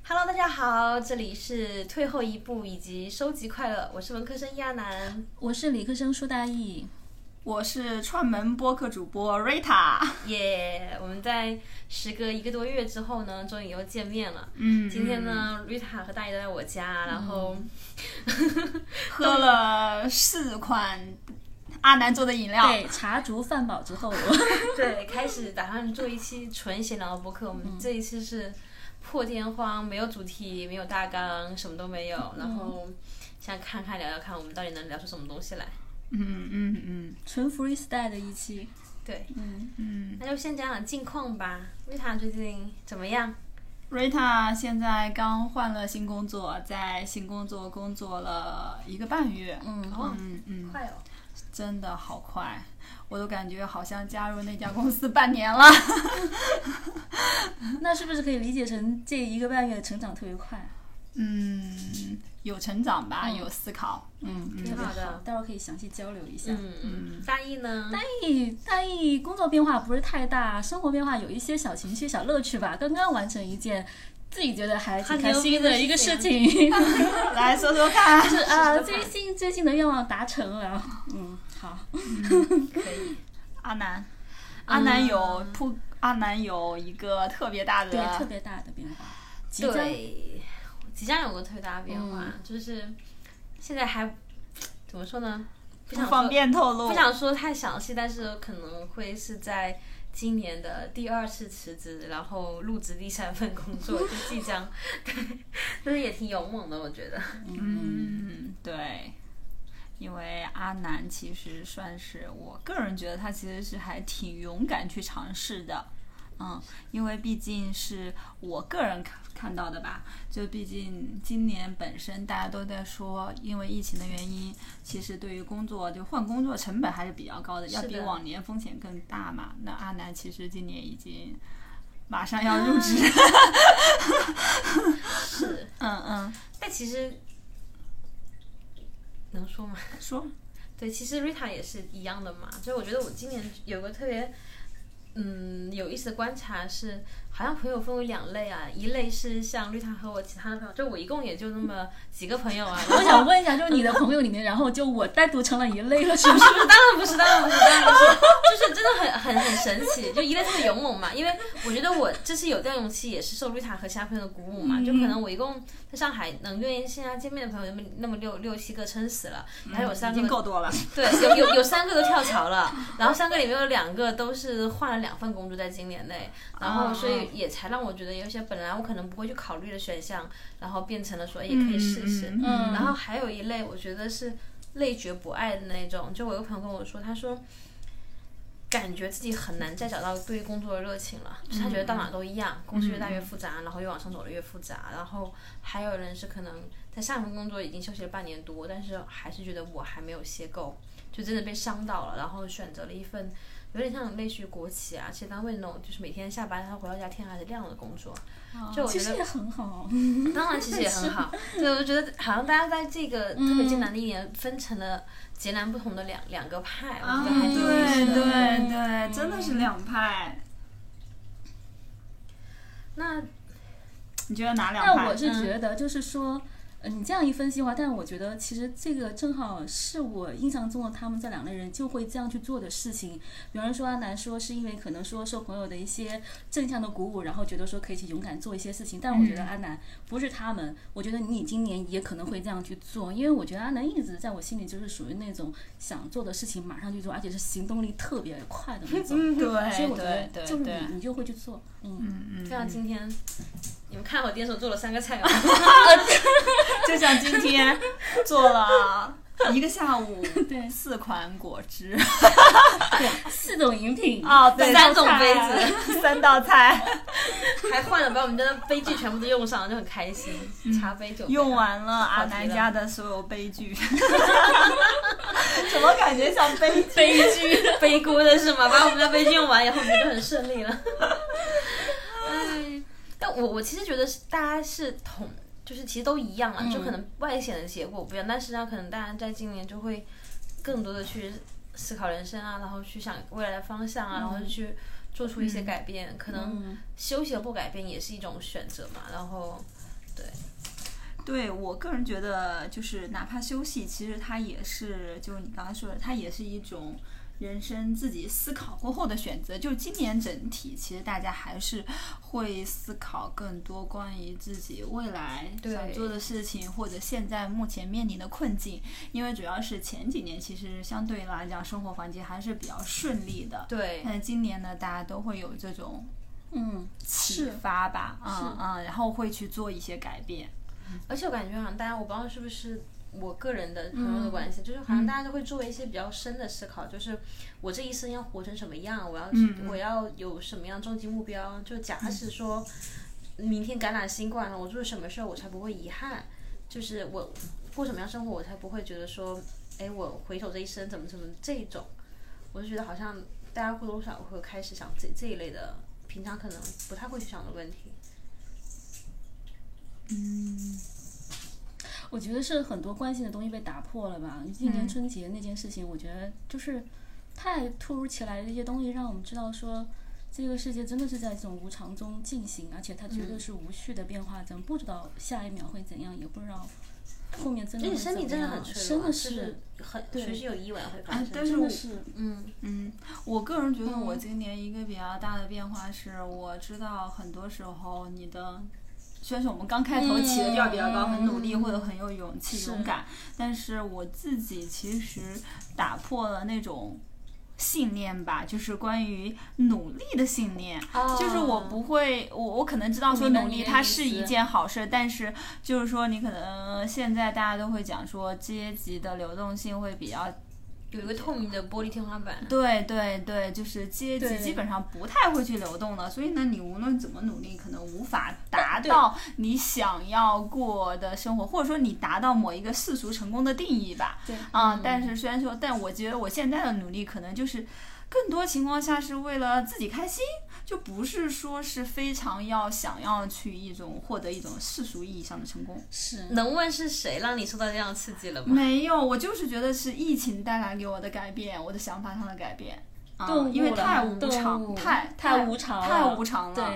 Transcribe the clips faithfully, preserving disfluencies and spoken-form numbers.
Hello， 大家好，这里是退后一步以及收集快乐，我是文科生亚楠， 我是理科生舒大义， 我是串门播客主播 Rita。 耶、yeah, 我们在时隔一个多月之后呢，终于又见面了。 嗯， 今天呢 ，Rita 和大义都在我家，然后、 嗯、喝了四款阿南做的饮料， 对，茶足饭饱之后， 对，开始打算做一期纯闲聊的播客。我们这一次是破天荒，没有主题，没有大纲，什么都没有，然后想看看聊聊看，我们到底能聊出什么东西来。 嗯嗯嗯， 纯 freestyle 的一期。 对， 嗯嗯，那就先讲讲近况吧。Rita 最近怎么样 ？Rita 现在刚换了新工作，在新工作工作了一个半月。 嗯哦， 嗯嗯， 快哦， 真的好快，我都感觉好像加入那家公司半年了。 那是不是可以理解成这一个半月成长特别快？ 嗯，有成长吧， 嗯、 有思考， 嗯， 挺好的， 待会儿可以详细交流一下。 嗯嗯，大义呢？ 大义大义工作变化不是太大，生活变化有一些小情绪、小乐趣吧。刚刚完成一件自己觉得还挺开心的一个事情， 来说说看。 就是啊，最新最新的愿望达成了。嗯，好， 嗯、可以。 阿南，阿南有铺、嗯，阿南有一个特别大的， 对，特别大的变化。即将对，即将有个特别大的变化，嗯、就是现在还怎么说呢？不想不方便透露， 不想说太详细，但是可能会是在今年的第二次辞职，然后入职第三份工作，就即将，对，但是也挺勇猛的，我觉得。 嗯，对。因为阿南其实算是我个人觉得他其实是还挺勇敢去尝试的，嗯，因为毕竟是我个人看看到的吧，就毕竟今年本身大家都在说，因为疫情的原因，其实对于工作就换工作成本还是比较高的，要比往年风险更大嘛。那阿南其实今年已经马上要入职， 是， 嗯嗯， 但其实。能说吗？ 说， 对，其实 Rita 也是一样的嘛。就我觉得我今年有个特别，嗯，有意思的观察是，好像朋友分为两类啊，一类是像 Rita 和我其他的朋友，就我一共也就那么几个朋友啊。 我想问一下，就是你的朋友里面，然后就我单独成了一类了，是不是？ 当然不是，当然不是，当然不是，就是真的很很很神奇。就一类特别勇猛嘛，因为我觉得我这次有这样勇气，也是受 Rita 和其他朋友的鼓舞嘛。就可能我一共在上海能愿意线下见面的朋友那么那么六六七个撑死了，还有三个、 嗯、已经够多了。 对，有有有三个都跳槽了，然后三个里面有两个都是换了两份工作在今年内，然后所以也才让我觉得有些本来我可能不会去考虑的选项，然后变成了说也可以试试。 嗯嗯、 然后还有一类我觉得是累觉不爱的那种，就我有个朋友跟我说，他说感觉自己很难再找到对于工作的热情了，嗯、就是他觉得到哪都一样，公司越大越复杂，然后越往上走的越复杂。然后还有人是可能在上一份工作已经休息了半年多，但是还是觉得我还没有歇够，就真的被伤到了，然后选择了一份有点像类似于国企啊，企业单位那种，就是每天下班他回到家天还是亮的工作。就我觉得其实也很好， 当然其实也很好。对，我觉得好像大家在这个特别艰难的一年分成了截然不同的两两个派， 啊、 我觉得还挺有意思的。 对对对，真的是两派。 那你觉得哪两派？ 但我是觉得就是说。嗯，你这样一分析的话，但我觉得其实这个正好是我印象中的他们这两类人就会这样去做的事情。比方说阿南说是因为可能说受朋友的一些正向的鼓舞，然后觉得说可以去勇敢做一些事情。但我觉得阿南不是他们，我觉得你今年也可能会这样去做，因为我觉得阿南一直在我心里就是属于那种想做的事情马上去做，而且是行动力特别快的那种。 嗯，对， 所以我觉得就是你你就会去做。嗯嗯嗯。 就像今天你们看我点手做了三个菜吗？ 就像今天做了一个下午， 对， 四款果汁， 对，四种饮品啊，对， 三种杯子， 三道菜， 还换了把我们家的杯具全部都用上了，就很开心。茶杯酒用完了阿南家的所有杯具，怎么感觉像杯具？ 杯具背锅的是吗？把我们家杯具用完以后，我们就很顺利了。哎，但我我其实觉得是大家是同。就是其实都一样啊，就可能外显的结果不一样，嗯、但实际上可能大家在今年就会更多的去思考人生啊，然后去想未来的方向啊，嗯、然后去做出一些改变。嗯、可能休息和不改变也是一种选择嘛。然后对。 对，我个人觉得，就是哪怕休息，其实它也是，就是你刚才说的，它也是一种人生自己思考过后的选择。就今年整体，其实大家还是会思考更多关于自己未来想做的事情，或者现在目前面临的困境。因为主要是前几年，其实相对来讲，生活环境还是比较顺利的。 对。 但是今年呢，大家都会有这种嗯启发吧，嗯嗯，然后会去做一些改变。 而且我感觉好像大家，我不知道是不是我个人的朋友的关系，嗯、就是好像大家都会做一些比较深的思考，嗯、就是我这一生要活成什么样，我要、嗯、我要有什么样终极目标。就假使说明天感染新冠了，我做什么事儿我才不会遗憾，就是我过什么样生活我才不会觉得说，哎，我回首这一生怎么怎么这种，我就觉得好像大家或多或少会开始想这这一类的平常可能不太会去想的问题。 嗯，我觉得是很多惯性的东西被打破了吧。今年春节那件事情，我觉得就是太突如其来的一些东西，让我们知道说，这个世界真的是在这种无常中进行，而且它绝对是无序的变化，咱们不知道下一秒会怎样，也不知道后面真的会怎么样。 身体真的很脆弱， 真的是、 就是、很随时有意外会发生。 哎、但是我是嗯嗯，我个人觉得我今年一个比较大的变化是，我知道很多时候你的。虽然说我们刚开头起的调比较高，嗯、很努力或者很有勇气、勇敢，但是我自己其实打破了那种信念吧，就是关于努力的信念。 哦、 就是我不会，我我可能知道说努力它是一件好事，但是就是说你可能现在大家都会讲说阶级的流动性会比较。 有一个透明的玻璃天花板。 对对对，就是阶级基本上不太会去流动的，所以呢，你无论怎么努力，可能无法达到你想要过的生活，或者说你达到某一个世俗成功的定义吧。 对啊、嗯，但是虽然说，但我觉得我现在的努力可能就是更多情况下是为了自己开心。就不是说是非常要想要去一种获得一种世俗意义上的成功。 是能问是谁让你受到这样刺激了吗？ 没有，我就是觉得是疫情带来给我的改变，我的想法上的改变。嗯，因为太无常，太太无常了， 太无常了。 对，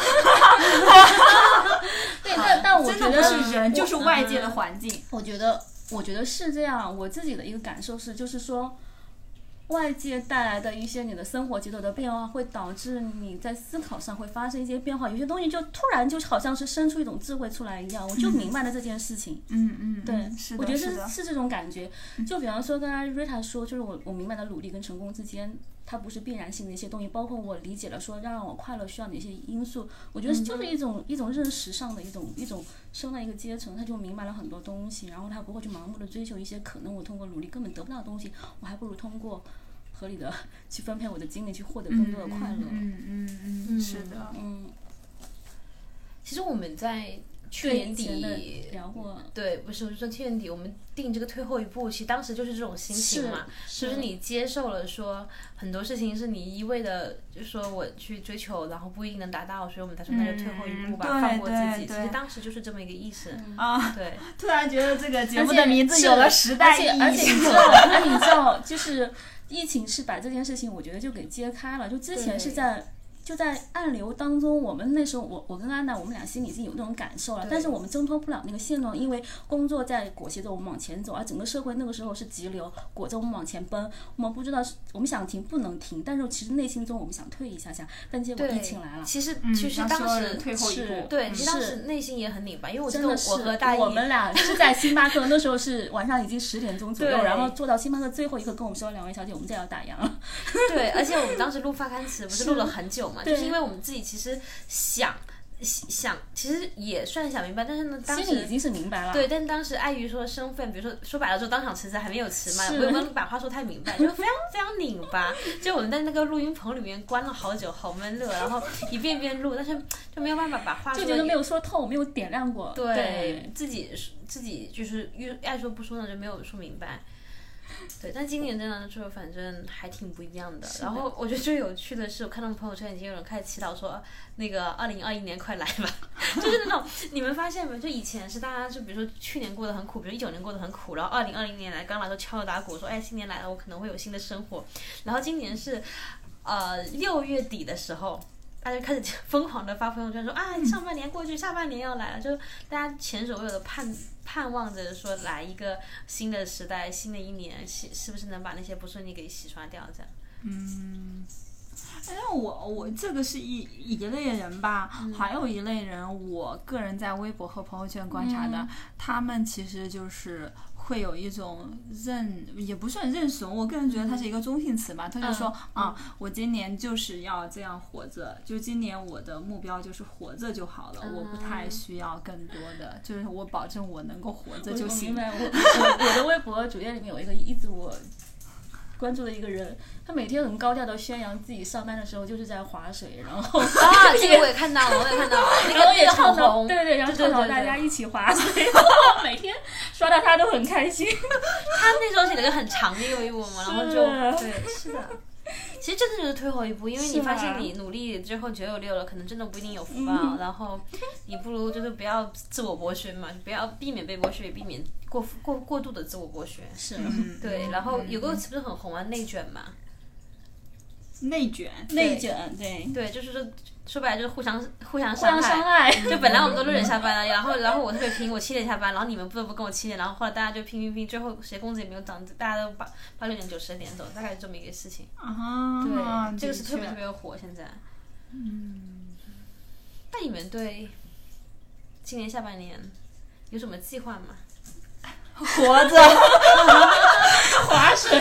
对，但但我觉得真的不是人，就是外界的环境。 我觉得，我觉得是这样。我自己的一个感受是，就是说。外界带来的一些你的生活节奏的变化，会导致你在思考上会发生一些变化。有些东西就突然就好像是生出一种智慧出来一样，我就明白了这件事情。 嗯嗯， 对， 是的， 我觉得是是是这种感觉。就比方说刚才 Rita 说，就是我我明白了努力跟成功之间，它不是必然性的一些东西，包括我理解了说要让我快乐需要哪些因素。我觉得就是一种、嗯、一种认识上的一种一种升了一个阶层，他就明白了很多东西，然后他不会去盲目的追求一些可能我通过努力根本得不到的东西，我还不如通过。合理的去分配我的精力，去获得更多的快乐。 嗯嗯嗯嗯，是的， 嗯。 其实我们在去年底聊过， 对，不是我说去年底我们定这个退后一步，其实当时就是这种心情嘛， 是就是你接受了说很多事情是你一味的就说我去追求，然后不一定能达到，所以我们才说那就退后一步吧， 嗯、 放过自己。 其实当时就是这么一个意思啊、嗯。 对， 突然觉得这个节目的名字有了时代意义， 而且你知道，而且你知道，就是疫情是把这件事情，我觉得就给揭开了。就之前是在。就在暗流当中，我们那时候我我跟安娜，我们俩心里已经有那种感受了，但是我们挣脱不了那个现状，因为工作在裹挟着我们往前走，而整个社会那个时候是急流裹着我们往前奔，我们不知道我们想停不能停，但是其实内心中我们想退一下下，但结果疫情来了。 其实其实当时退后一步， 对，其实当时内心也很拧巴，因为我记得我和大姨， 我们俩是在星巴克，那时候是晚上已经十点钟左右，然后坐到星巴克最后一刻跟我们说两位小姐，我们这要打烊了。 对，而且我们当时录发刊词不是录了很久嘛，就是因为我们自己。自己其实想想，其实也算想明白，但是呢，当时心里已经是明白了。 对，但当时碍于说身份，比如说说白了，就当场辞职还没有辞嘛，我也不能把话说太明白，就非常非常拧巴。就我们在那个录音棚里面关了好久，好闷热，然后一遍遍录，但是就没有办法把话说， 就觉得没有说透，没有点亮过。 对， 对自己自己就是爱说不说呢，就没有说明白。对，但今年真的就反正还挺不一样的。然后我觉得最有趣的是，我看到朋友圈已经有人开始祈祷说，那个二零二一年快来吧，就是那种你们发现没？就以前是大家就比如说去年过得很苦，比如一九年过得很苦，然后二零二零年来刚来说敲锣打鼓说，哎，新年来了，我可能会有新的生活。然后今年是，呃，六月底的时候。 大家就开始疯狂的发朋友圈说啊，上半年过去，下半年要来了，就大家前所未有的盼盼望着说来一个新的时代，新的一年，是不是能把那些不顺利给洗刷掉？这样。 嗯。哎，我我这个是一一类人吧、嗯，还有一类人，我个人在微博和朋友圈观察的，嗯、他们其实就是会有一种认，也不算认怂，我个人觉得它是一个中性词吧。嗯、他就说、嗯、啊，我今年就是要这样活着，就今年我的目标就是活着就好了，嗯、我不太需要更多的，就是我保证我能够活着就行。 我明白，我我我的微博主页里面有一个一直我关注的一个人，他每天很高调的宣扬自己上班的时候就是在划水，然后啊，这个我也看到了，我也看到了，那个然后也很红， 对对，然后倡导大家一起划水，每天刷到他都很开心。 他那时候写了个很长的一幕嘛，然后就对，是的。其实真的就是退后一步，因为你发现你努力之后九九六了，可能真的不一定有福报、嗯，然后你不如就是不要自我剥削嘛，不要避免被剥削，也避免过过过度的自我剥削。 是， 对。然后有个词不是很红啊，内卷嘛。 内卷， 内卷，对对，就是说说白了就是互相互相伤害， 伤害就本来我们都六点下班了，然后然后我特别拼，我七点下班，然后你们不得不跟我七点，然后后来大家就拼拼拼，最后谁工资也没有涨，大家都八八六点九十点走，大概是这么一个事情。 啊， 对，这个是特别特别火现在。 嗯， 那你们对今年下半年有什么计划吗？ 活着， 划水。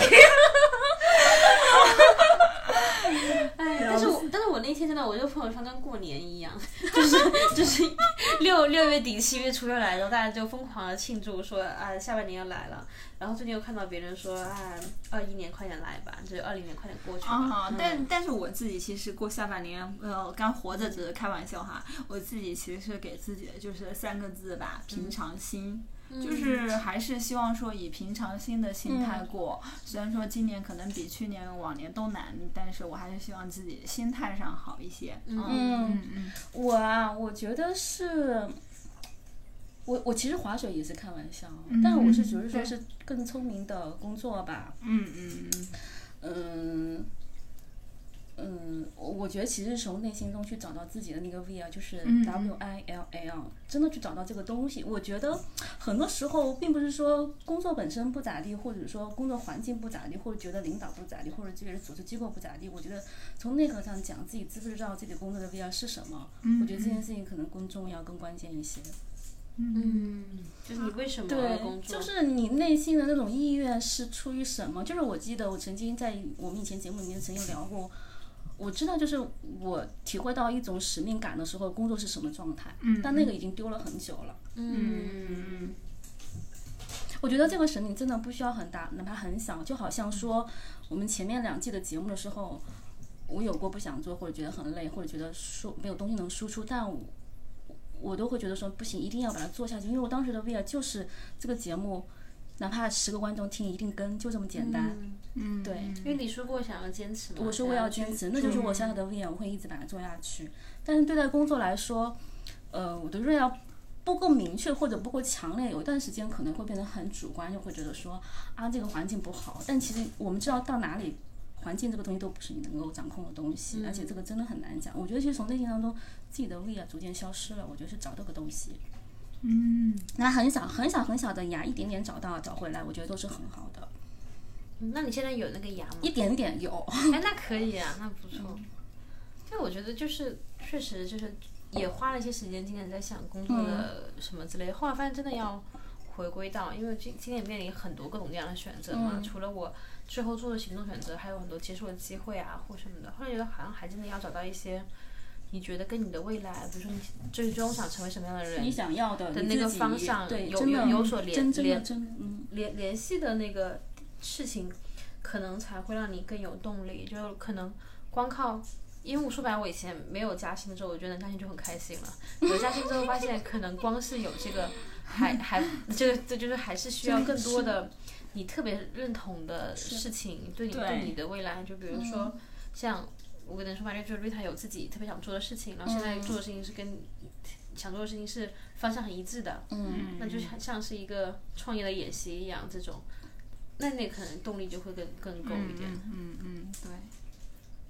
哎，但是我但是我那天真的，我这个朋友圈跟过年一样，就是就是六六月底七月初又来了，大家就疯狂的庆祝说啊下半年要来了。然后最近又看到别人说啊二一年快点来吧，就是二零年快点过去吧。 啊、嗯，但但是我自己其实过下半年，呃，刚活着只是开玩笑哈，我自己其实是给自己的就是三个字吧，平常心。嗯，就是还是希望说以平常心的心态过、嗯、虽然说今年可能比去年往年都难，但是我还是希望自己心态上好一些。 嗯嗯嗯，我啊我觉得是我我其实划水也是开玩笑、嗯、但我是只是说是更聪明的工作吧。 嗯嗯嗯嗯嗯，我觉得其实是从内心中去找到自己的那个 V 啊，就是 W I L L， 真的去找到这个东西。我觉得很多时候并不是说工作本身不咋地，或者说工作环境不咋地，或者觉得领导不咋地，或者这个组织机构不咋地。我觉得从内核上讲，自己知不知道自己工作的 V 啊是什么、嗯，我觉得这件事情可能更重要、更关键一些。 嗯，就是你为什么要工作？ 对，就是你内心的那种意愿是出于什么？就是我记得我曾经在我们以前节目里面曾经聊过。我知道，就是我体会到一种使命感的时候，工作是什么状态？嗯，但那个已经丢了很久了。 嗯， 我觉得这个使命真的不需要很大，哪怕很小，就好像说我们前面两季的节目的时候，我有过不想做，或者觉得很累，或者觉得输没有东西能输出，但我我都会觉得说不行，一定要把它做下去，因为我当时的 V R 就是这个节目。哪怕十个观众听一定跟，就这么简单。 嗯， 嗯对。 因为你说过想要坚持嘛。 我说我要坚持，那就是我现在的 V R， 我会一直把它做下去。但是对待工作来说，呃，我的 V R 不够明确或者不够强烈，有一段时间可能会变得很主观，就会觉得说啊这个环境不好。但其实我们知道到哪里，环境这个东西都不是你能够掌控的东西，嗯、而且这个真的很难讲。我觉得其实从内心当中，自己的 V R 逐渐消失了，我觉得是找到个东西。 嗯， 那很小很小很小的芽，一点点找到找回来，我觉得都是很好的。 嗯、那你现在有那个芽吗？ 一点点有。 哎，那可以啊，那不错。对、嗯，我觉得就是确实就是也花了一些时间，今年在想工作的什么之类的、嗯。后来发现真的要回归到，因为今今年面临很多各种各样的选择嘛、嗯，除了我最后做的行动选择，还有很多接触的机会啊或什么的。后来觉得好像还真的要找到一些。你觉得跟你的未来，比如说你最终想成为什么样的人， 你想要的的那个方向有有有所联联联联系的那个事情，可能才会让你更有动力。就可能光靠，因为我说白了，我以前没有加薪之后，我觉得能加薪就很开心了。有加薪之后，发现可能光是有这个，还还这个这就是还是需要更多的你特别认同的事情，对你对你的未来，就比如说、嗯、像。我跟人说吧，就是 Rita 有自己特别想做的事情，然后现在做的事情是跟、嗯、想做的事情是方向很一致的， 嗯， 那就像是一个创业的演习一样，这种，那那可能动力就会更更够一点。 嗯 嗯, 嗯，对。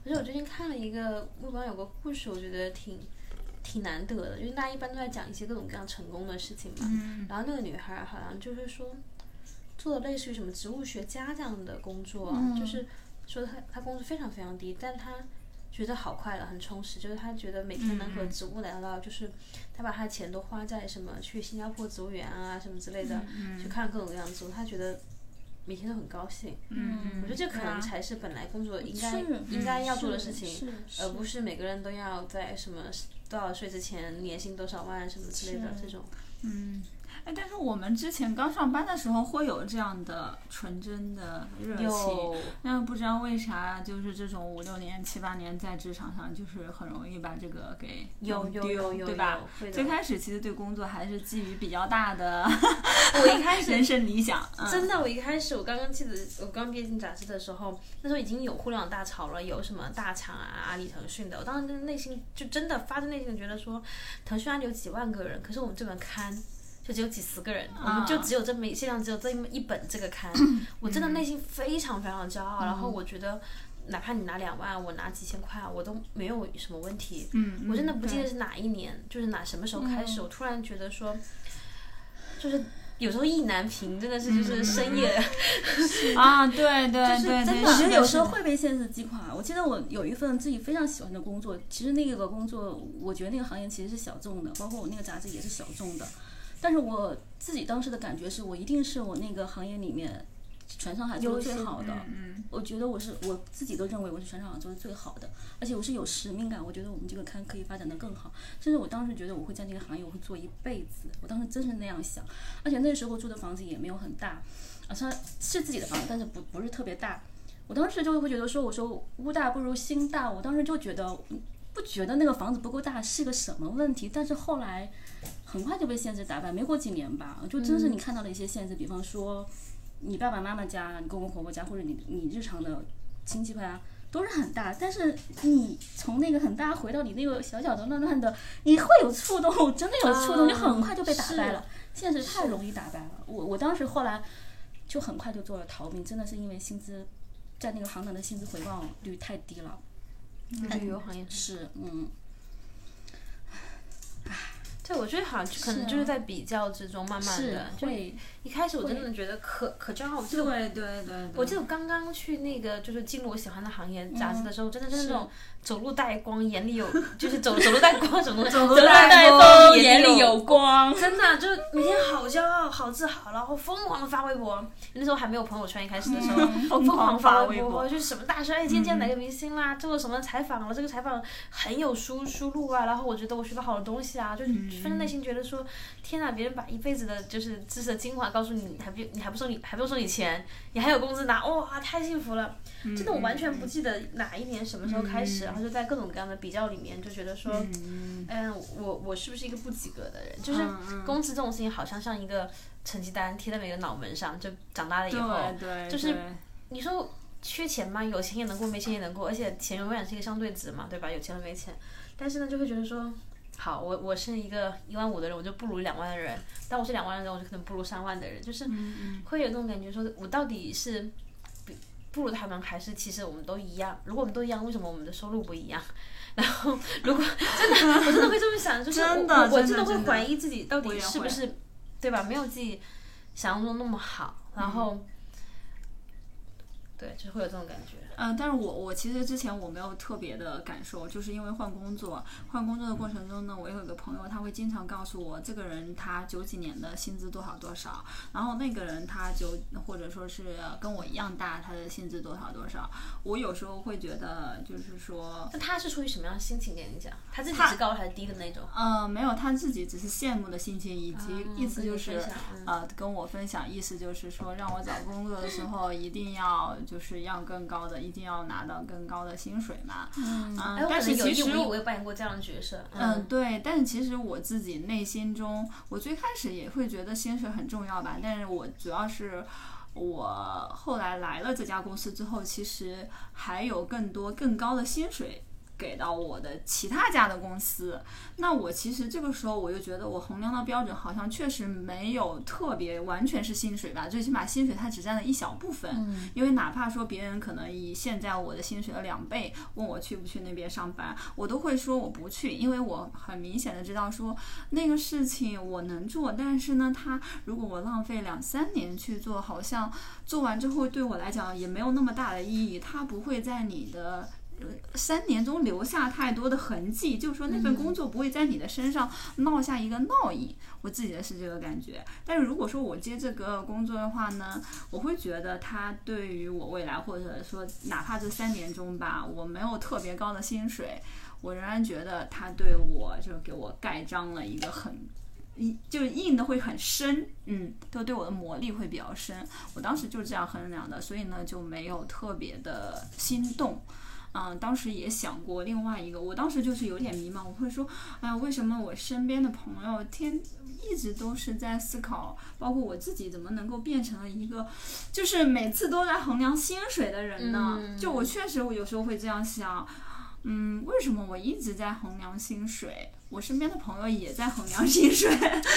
可是我最近看了一个微博上有个故事，我觉得挺挺难得的，因为大家一般都在讲一些各种各样成功的事情嘛。 嗯、 然后那个女孩好像就是说做的类似于什么植物学家这样的工作， 嗯、 就是说她她工资非常非常低，但她觉得好快乐，很充实，就是她觉得每天能和植物聊到，就是她把她的钱都花在什么去新加坡植物园啊什么之类的， 嗯、 去看各种各样的植物，她觉得每天都很高兴。 嗯， 我觉得这可能才是本来工作应该、 嗯、 应该要做的事情， 而不是每个人都要在什么多少岁之前年薪多少万什么之类的这种。 嗯，哎，但是我们之前刚上班的时候会有这样的纯真的热情，但不知道为啥，就是这种五六年、七八年在职场上，就是很容易把这个给有有有有对吧？最开始其实对工作还是基于比较大的， 我一开始人生理想， 嗯、真的，我一开始我刚刚记得我刚毕业进杂志的时候，那时候已经有互联网大潮了，有什么大厂啊、阿里、腾讯的，我当时内心就真的发自内心的觉得说，腾讯、阿里有几万个人，可是我们这本刊就只有几十个人，我们就只有这么现在只有这么一本这个刊，我真的内心非常非常的骄傲。然后我觉得，哪怕你拿两万，我拿几千块，我都没有什么问题。 嗯， 我真的不记得是哪一年，就是哪什么时候开始，我突然觉得说，就是有时候意难平，真的是就是深夜啊，对对对对， 我觉得有时候会被现实击垮。我记得我有一份自己非常喜欢的工作，其实那个工作，我觉得那个行业其实是小众的，包括我那个杂志也是小众的。但是我自己当时的感觉是我一定是我那个行业里面全上海做的最好的。 嗯， 我觉得我是我自己都认为我是全上海做的最好的，而且我是有使命感。我觉得我们这个刊可以发展得更好，甚至我当时觉得我会在那个行业我会做一辈子。我当时真是那样想，而且那时候住的房子也没有很大，啊，它是自己的房子，但是不不是特别大。我当时就会觉得说，我说屋大不如心大。我当时就觉得不觉得那个房子不够大是个什么问题，但是后来很快就被限制打败，没过几年吧，就真是你看到了一些限制，嗯、比方说你爸爸妈妈家、你公公婆婆家，或者你你日常的亲戚家都是很大，但是你从那个很大回到你那个小小的、乱乱的，你会有触动，真的有触动，你、啊、很快就被打败了。现实太容易打败了。我我当时后来就很快就做了逃兵，真的是因为薪资在那个行当的薪资回报率太低了。 旅游行业是嗯。 对，我觉得好像可能就是在比较之中，慢慢的，就一开始我真的觉得可可骄傲。 对对对对。 我记得我刚刚去那个就是进入我喜欢的行业杂志的时候，真的是那种走路带光，眼里有就是走走路带光，走路走路带风，眼里有光， 真的就是每天好骄傲，好自豪，然后疯狂的发微博。那时候还没有朋友圈，一开始的时候疯狂发微博，就是什么大事，哎，今天哪个明星啦，做了什么采访了，这个采访很有输输入啊，然后我觉得我学到好多东西啊，就。发自内心觉得说，天哪！别人把一辈子的就是知识的精华告诉你，你还不你还不收你还不用收你钱，你还有工资拿，哇，太幸福了！ 嗯、 真的，我完全不记得哪一年什么时候开始，嗯、然后就在各种各样的比较里面，就觉得说，嗯，嗯我我是不是一个不及格的人？就是工资这种事情，好像像一个成绩单贴在每个脑门上，就长大了以后， 对对就是你说缺钱吗？有钱也能过，没钱也能过，而且钱永远是一个相对值嘛，对吧？有钱和没钱，但是呢，就会觉得说。好，我我是一个一万五的人，我就不如两万的人；但我是两万的人，我就可能不如三万的人，就是会有那种感觉，说我到底是不如他们，还是其实我们都一样？如果我们都一样，为什么我们的收入不一样？然后如果真的，我真的会这么想，就是我我我真的会怀疑自己到底是不是，对吧？没有自己想象中那么好，然后。嗯对，就会有这种感觉。 嗯、呃，但是我我其实之前我没有特别的感受，就是因为换工作，换工作的过程中呢，我有一个朋友，他会经常告诉我，这个人他九几年的薪资多少多少，然后那个人他九或者说是跟我一样大，他的薪资多少多少。我有时候会觉得，就是说， 那他是出于什么样的心情跟你讲？他自己是高还是低的那种？ 呃，没有，他自己只是羡慕的心情，以及、 嗯、 意思就是、 嗯、 呃跟我分享，意思就是说让我找工作的时候一定要。就是要更高的，一定要拿到更高的薪水嘛。 嗯， 嗯哎、 但是其实我也扮演过这样的角色。 嗯，嗯对，但是其实我自己内心中，我最开始也会觉得薪水很重要吧。但是我主要是我后来来了这家公司之后，其实还有更多更高的薪水给到我的其他家的公司。那我其实这个时候我就觉得我衡量的标准好像确实没有特别完全是薪水吧，最起码薪水它只占了一小部分、 嗯、 因为哪怕说别人可能以现在我的薪水的两倍问我去不去那边上班，我都会说我不去，因为我很明显的知道说那个事情我能做，但是呢它如果我浪费两三年去做，好像做完之后对我来讲也没有那么大的意义，它不会在你的三年中留下太多的痕迹，就是说那份工作不会在你的身上烙下一个烙印、嗯、我自己的是这个感觉。但是如果说我接这个工作的话呢，我会觉得它对于我未来，或者说哪怕这三年中吧，我没有特别高的薪水，我仍然觉得它对我就给我盖章了一个很就是印的会很深，嗯，都对我的魔力会比较深。我当时就是这样衡量的，所以呢就没有特别的心动。嗯，当时也想过另外一个，我当时就是有点迷茫，我会说，哎呀，为什么我身边的朋友天一直都是在思考，包括我自己怎么能够变成了一个，就是每次都在衡量薪水的人呢？嗯、就我确实我有时候会这样想，嗯，为什么我一直在衡量薪水？我身边的朋友也在衡量薪水。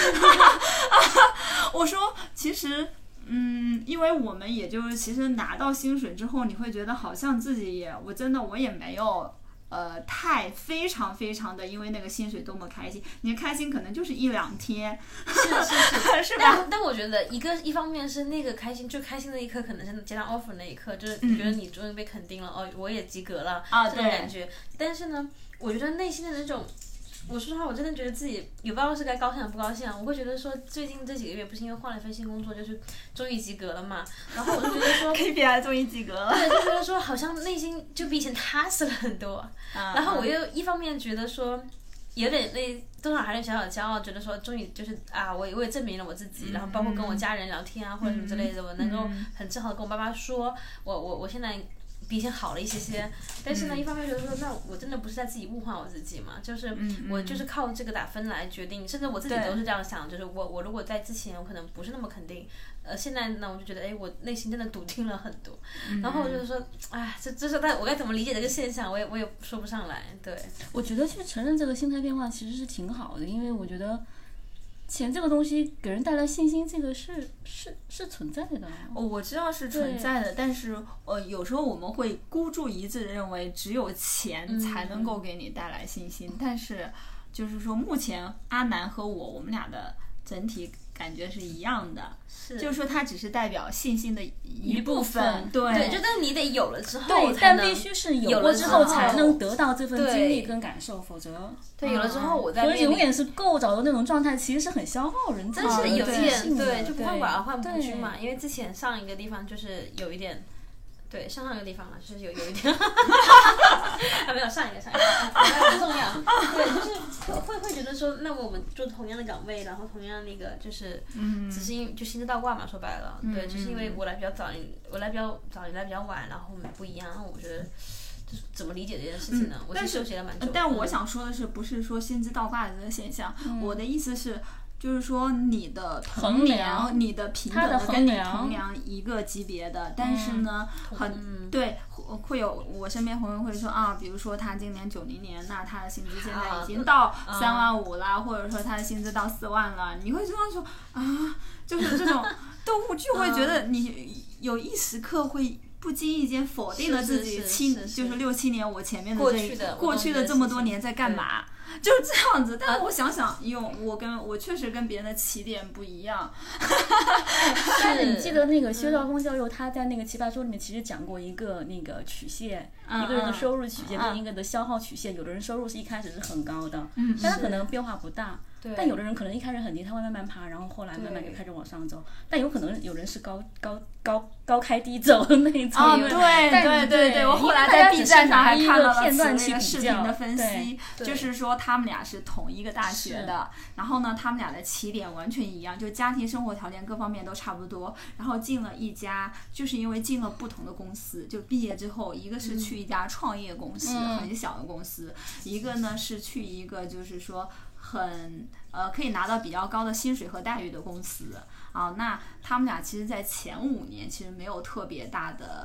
我说，其实。嗯，因为我们也就是其实拿到薪水之后，你会觉得好像自己也，我真的我也没有呃太非常非常的因为那个薪水多么开心，你的开心可能就是一两天， 是是是是吧？ 但但我觉得一个一方面是那个开心，最开心的一刻可能是接到 offer 那一刻，就是你觉得你终于被肯定了、嗯、哦，我也及格了啊，这种感觉。但是呢，我觉得内心的那种。我说实话，我真的觉得自己也不知道是该高兴还是不高兴啊。我会觉得说，最近这几个月不是因为换了一份新工作，就是终于及格了嘛。然后我就觉得说 ，K P I 终于及格了。 对，就觉得说好像内心就比以前踏实了很多。嗯、然后我又一方面觉得说，有点那多少还是小小的骄傲，觉得说终于就是啊，我我也证明了我自己。嗯、然后包括跟我家人聊天啊、嗯、或者什么之类的，我能够很自豪的跟我爸妈说，我我我现在。比以前好了一些些，但是呢，一方面觉得说，那我真的不是在自己物化我自己嘛，就是我就是靠这个打分来决定，甚至我自己都是这样想，就是我我如果在之前我可能不是那么肯定，呃，现在呢我就觉得，哎，我内心真的笃定了很多，嗯、然后我就说，哎，这这是但我该怎么理解这个现象，我也我也说不上来。对， 我觉得去承认这个心态变化其实是挺好的，因为我觉得。钱这个东西给人带来信心，这个是是是存在的。 哦，我知道是存在的，但是呃，有时候我们会孤注一掷认为只有钱才能够给你带来信心，嗯、但是就是说目前阿南和我我们俩的整体感觉是一样的， 是就是说它只是代表信心的一部分， 部分对对，就但是你得有了之后对， 才能， 但必须是有了之后才能得到这份经历跟感受，否则对有了之后我在否则永远是够着的那种状态，其实是很消耗人真是有一点对， 就不患寡而患不均嘛。因为之前上一个地方就是有一点。对，上上一个地方嘛，就是有有一点，还没有上一个上一个，不重要。对，就是会会会觉得说，那么我们做同样的岗位，然后同样那个就是，嗯，只是因就薪资倒挂嘛，说白了，嗯、对，只是因为我来比较早，我来比较早，你来比较晚，然后我们不一样，然后我觉得。就是怎么理解这件事情呢？嗯、我其实纠结了蛮久。 但我想说的是，不是说薪资倒挂的这个现象，嗯、我的意思是。就是说你的衡量你的平等的跟你衡量一个级别的，但是呢、嗯、很、嗯、对会有我身边朋友会说啊，比如说他今年九零年，那他的薪资现在已经到三万五了、嗯、或者说他的薪资到四万了，你会这样说啊，就是这种都就会觉得你有一时刻会不经意间否定了自己七就是六七年我前面的这过去的过去的这么多年在干嘛，就是这样子。但是我想想，用我跟我确实跟别人的起点不一样。 但是你记得那个薛兆丰教授他在那个奇葩说里面其实讲过一个那个曲线，嗯、一个人的收入曲线跟一个的消耗曲线，嗯、有的人收入是一开始是很高的，嗯、但他可能变化不大。但有的人可能一开始很低，他会慢慢爬，然后后来慢慢就开始往上走。但有可能有人是高高高高开低走的那一种。 哦，对对对对，我后来在 B 站上还看到了此类的视频的分析，就是说他们俩是同一个大学的，然后呢，他们俩的起点完全一样，就家庭生活条件各方面都差不多，然后进了一家，就是因为进了不同的公司，就毕业之后，一个是去一家创业公司，嗯、很小的公司，一个呢是去一个就是说。很呃，可以拿到比较高的薪水和待遇的公司啊，那他们俩其实，在前五年其实没有特别大的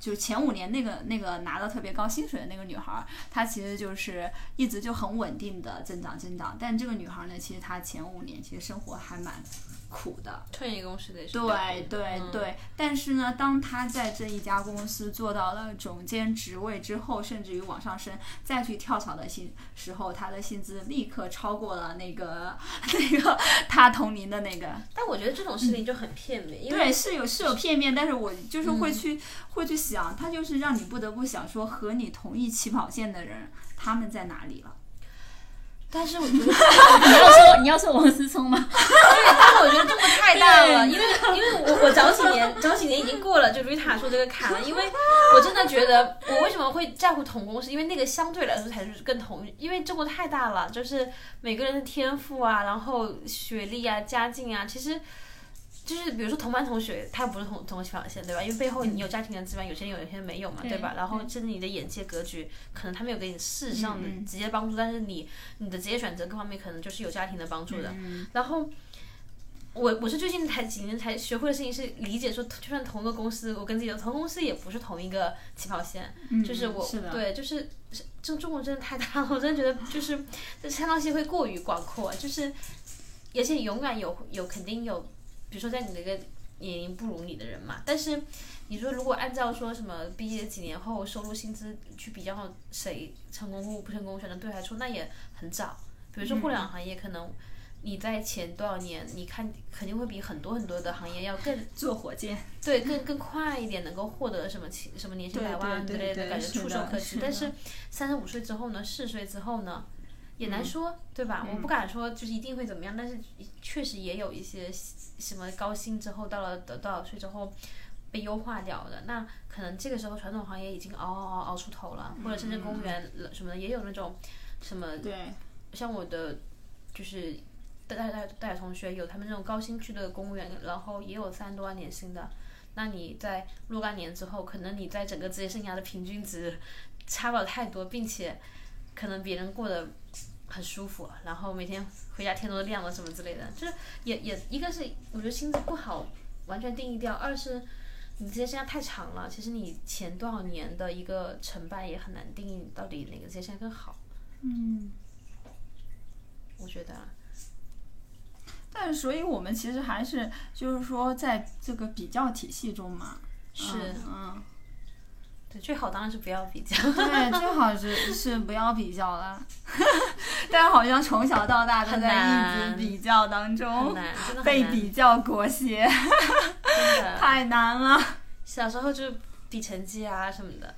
就是前五年那个那个拿到特别高薪水的那个女孩，她其实就是一直就很稳定的增长增长，但这个女孩呢，其实她前五年其实生活还蛮苦的， 创业公司的是对对嗯、 对，但是呢，当他在这一家公司做到了总监职位之后，甚至于往上升，再去跳槽的薪时候，他的薪资立刻超过了那个那个他同龄的那个。 但我觉得这种事情就很片面，因为对，是有是有片面，但是我就是会去、嗯、会去想，他就是让你不得不想说，和你同一起跑线的人，他们在哪里了？ 但是我觉得你要说你要说王思聪吗？ 对，但是我觉得这个太大了，因为因为我我早几年早几年已经过了就瑞塔说这个坎了，因为我真的觉得我为什么会在乎同公司，因为那个相对来说才是更同，因为中国太大了，就是每个人的天赋啊，然后学历啊、家境啊，其实。就是比如说同班同学，他不是同同个起跑线，对吧？因为背后你有家庭的资源，有些人有，有些人没有嘛，对吧？然后甚至你的眼界格局，可能他没有给你事实上的直接帮助，但是你你的职业选择各方面可能就是有家庭的帮助的。然后我我是最近才几年才学会的事情是理解说，就算同一个公司，我跟自己的同公司也不是同一个起跑线，就是我对，就是这中国真的太大了，我真的觉得就是这参照系会过于广阔，就是而且永远有有肯定有。比如说，在你那个年龄不如你的人嘛，但是你说如果按照说什么毕业几年后收入薪资去比较谁成功或不成功，选择对来说那也很早。比如说互联网行业，可能你在前多少年，你看肯定会比很多很多的行业要更做火箭， 对，更更快一点，能够获得什么什么年薪百万之类的感觉，触手可及。但是三十五岁之后呢，四十岁之后呢？也难说，嗯、对吧？我不敢说就是一定会怎么样，但是确实也有一些什么高薪之后到了多少岁之后被优化掉的，那可能这个时候传统行业已经熬熬熬熬出头了，或者深圳公园什么的也有那种什么， 对， 像我的就是大大大学同学有他们那种高新区的公务员，然后也有三十多万年薪的。那你在若干年之后，可能你在整个职业生涯的平均值差不了太多，并且可能别人过得很舒服，然后每天回家天都亮了什么之类的，就是也也一个是我觉得薪资不好完全定义掉，二是你职业生涯太长了，其实你前多少年的一个成败也很难定义到底哪个职业生涯更好。 嗯， 我觉得。 但是，所以我们其实还是就是说，在这个比较体系中嘛， 是， 嗯。嗯对，最好当然是不要比较。 对，最好是是不要比较了。但好像从小到大都在一直比较当中， 很难，真的很难被比较裹挟， 真的太难了。 小时候就比成绩啊什么的，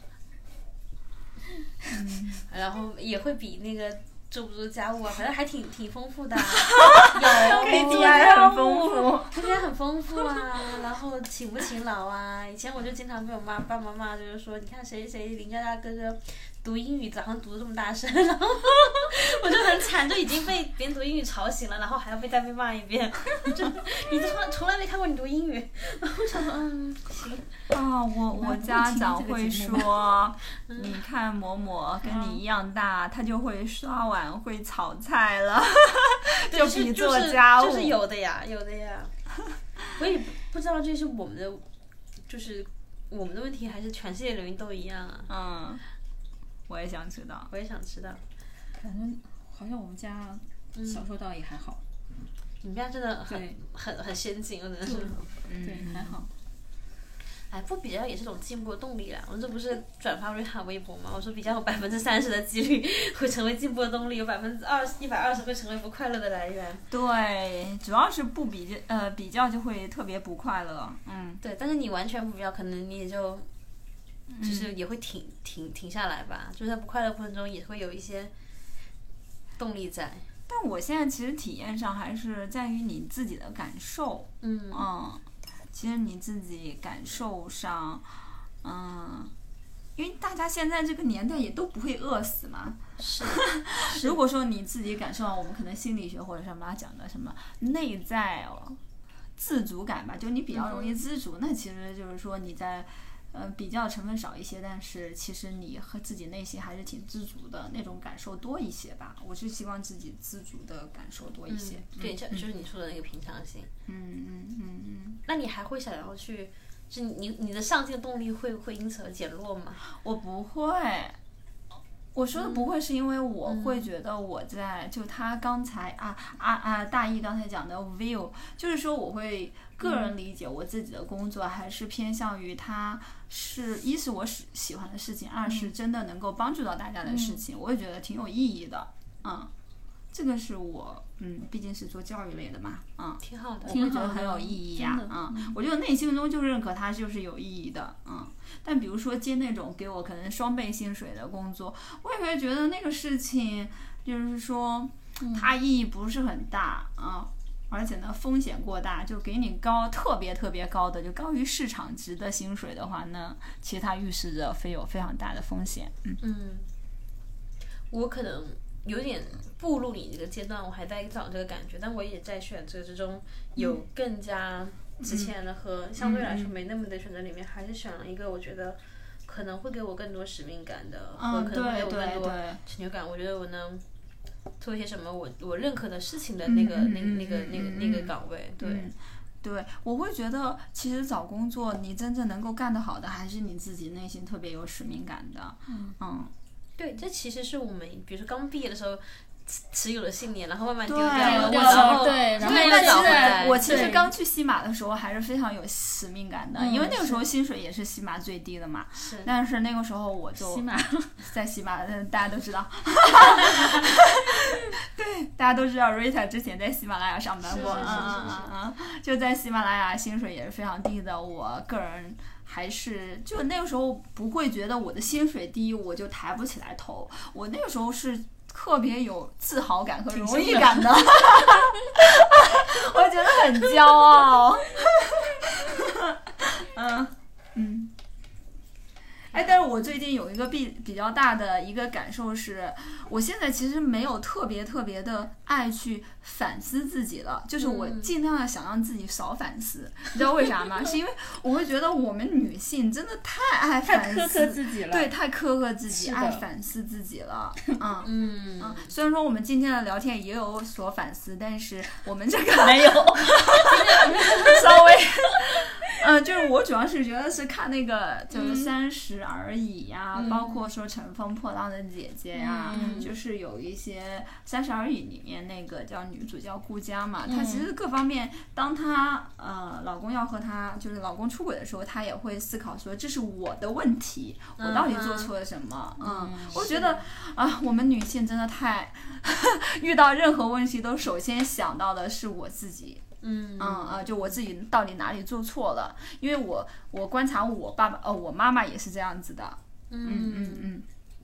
嗯， 然后也会比那个做不做家务啊，反正还挺挺丰富的、啊。 有 K P I 很丰富 ，K P I 很丰富啊。然后勤不勤劳啊？以前我就经常被我妈爸妈骂，就是说，你看谁谁邻家大哥哥读英语早上读的这么大声，然后我就很惨，就已经被别人读英语吵醒了，然后还要被再被骂一遍。就你从从来没看过你读英语，然后我想说，嗯，行。 啊，我我家长会说，你看某某跟你一样大，他就会刷碗会炒菜了，就比做家务、 就是，就是有的呀，有的呀。我也不知道这是我们的，就是我们的问题，还是全世界人民都一样啊？ 嗯，我也想知道， 我也想知道。 反正好像我们家小时候倒也还好。 嗯、你们家真的很很很先进，我真的是。 嗯，对，还好。 哎，不比较也是种进步的动力啦。我这不是转发瑞塔微博吗？我说比较有百分之三十的几率会成为进步的动力，有百分之二一百二十会成为不快乐的来源。 对，主要是不比较，呃，比较就会特别不快乐。嗯， 对，但是你完全不比较，可能你也就，就是也会停、嗯、停停下来吧。就是在不快乐过程中也会有一些动力在。 但我现在其实体验上还是在于你自己的感受。 嗯嗯。其实你自己感受上，嗯，因为大家现在这个年代也都不会饿死嘛。 是。 如果说你自己感受，我们可能心理学或者什么讲的什么内在哦自主感吧，就你比较容易自主，嗯、那其实就是说你在呃比较成分少一些，但是其实你和自己内心还是挺自主的那种感受多一些吧。我是希望自己自主的感受多一些。 嗯、对，就是你说的那个平常心。 嗯嗯嗯嗯。 那你还会想要去就你你的上进动力会会因此而减弱吗？ 我不会。我说的不会是因为我会觉得我在、嗯、就他刚才啊啊啊大一刚才讲的 view， 就是说我会个人理解我自己的工作还是偏向于他是一是我喜喜欢的事情，二是真的能够帮助到大家的事情、嗯、我也觉得挺有意义的。嗯，这个是我嗯，毕竟是做教育类的嘛，嗯， 挺好的， 我会觉得很有意义呀，嗯，我觉得内心中就认可它就是有意义的，嗯。但比如说接那种给我可能双倍薪水的工作，我也会觉得那个事情就是说它意义不是很大，嗯，而且呢风险过大，就给你高特别特别高的，就高于市场值的薪水的话呢，其实它预示着非有非常大的风险，嗯。 嗯，我可能有点步入你这个阶段，我还在找这个感觉，但我也在选择之中有更加之前的和相对来说没那么的选择里面，还是选了一个我觉得可能会给我更多使命感的，和可能会给我更多成就感。我觉得我能做一些什么我我认可的事情的那个那那个那个那个岗位，对。 对，我会觉得其实找工作你真正能够干得好的还是你自己内心特别有使命感的。嗯嗯， 对，这其实是我们比如说刚毕业的时候持有了信念，然后慢慢丢掉了， 对然后对，然后又找回来。 我其实刚去西马的时候还是非常有使命感的， 嗯、 因为那个时候薪水也是西马最低的嘛。 是。 但是那个时候我就西马在西马，大家都知道。对，大家都知道 Rita 之前在喜马拉雅上班过，嗯嗯嗯，就在喜马拉雅薪水也是非常低的。我个人还是就那个时候不会觉得我的薪水低我就抬不起来头，我那个时候是特别有自豪感和荣誉感的，我觉得很骄傲。嗯嗯。哎，但是我最近有一个比比较大的一个感受是，我现在其实没有特别特别的爱去反思自己了，就是我尽量的想让自己少反思。嗯、你知道为啥吗？是因为我会觉得我们女性真的太爱反思， 太苛刻自己了， 对，太苛刻自己，爱反思自己了。嗯嗯嗯。虽然说我们今天的聊天也有所反思，但是我们这个没有， 稍微。嗯，就是我主要是觉得是看那个就是三十而已呀、嗯，包括说乘风破浪的姐姐呀、嗯，就是有一些三十而已里面那个叫女主叫顾佳嘛，嗯、她其实各方面，当她呃老公要和她就是老公出轨的时候，她也会思考说这是我的问题，我到底做错了什么？嗯，嗯我觉得啊、呃，我们女性真的太遇到任何问题都首先想到的是我自己。 嗯嗯呃，就我自己到底哪里做错了？因为我我观察我爸爸，呃，我妈妈也是这样子的。嗯嗯嗯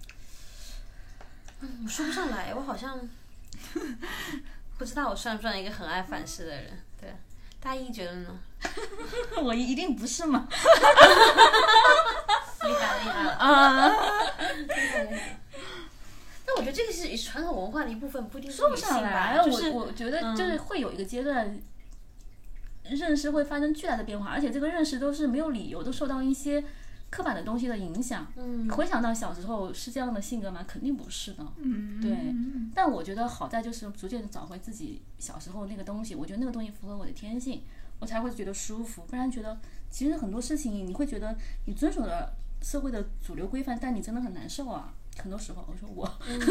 嗯，我说不上来，我好像不知道我算不算一个很爱反思的人。对，大一觉得呢？ 我一定不是嘛。 厉害厉害了啊！ 厉害厉害。但我觉得这个是传统文化的一部分，不一定说不上来。 就是我我觉得就是会有一个阶段。嗯认识会发生巨大的变化，而且这个认识都是没有理由，都受到一些刻板的东西的影响。 嗯， 回想到小时候是这样的性格吗？肯定不是的。 嗯， 对。但我觉得好在就是逐渐找回自己小时候那个东西，我觉得那个东西符合我的天性，我才会觉得舒服。不然觉得其实很多事情你会觉得你遵守了社会的主流规范，但你真的很难受啊。很多时候，我说我、 嗯、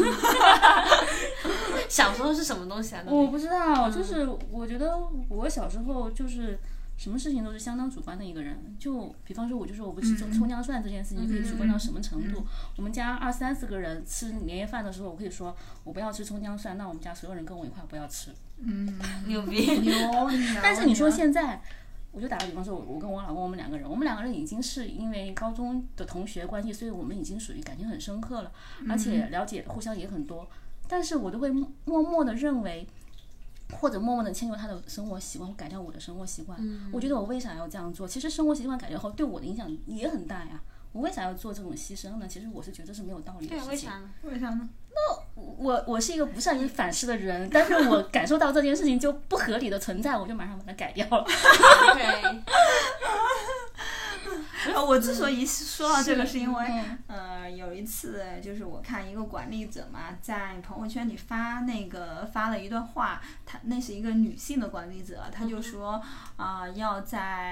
小时候是什么东西啊？ 我不知道，嗯、就是我觉得我小时候就是什么事情都是相当主观的一个人。就比方说，我就说我不吃葱葱姜蒜这件事情，可以主观到什么程度？嗯、我们家二三十个人吃年夜饭的时候，我可以说我不要吃葱姜蒜，那我们家所有人跟我一块不要吃。 嗯， 牛逼牛！ 但是你说现在。我就打个比方说，我跟我老公我们两个人，我们两个人已经是因为高中的同学关系，所以我们已经属于感情很深刻了，而且了解互相也很多。但是我都会默默的认为，或者默默的迁就他的生活习惯，或改掉我的生活习惯。 嗯、 我觉得我为啥要这样做？其实生活习惯改掉后，对我的影响也很大呀。我为啥要做这种牺牲呢？其实我是觉得是没有道理的事情。 对，为啥呢？ 为啥呢？ 那我我是一个不善于反思的人，但是我感受到这件事情就不合理的存在，我就马上把它改掉了。 对。 我之所以说到这个，是因为呃有一次就是我看一个管理者嘛，在朋友圈里发那个发了一段话，他那是一个女性的管理者，他就说啊、呃、要在。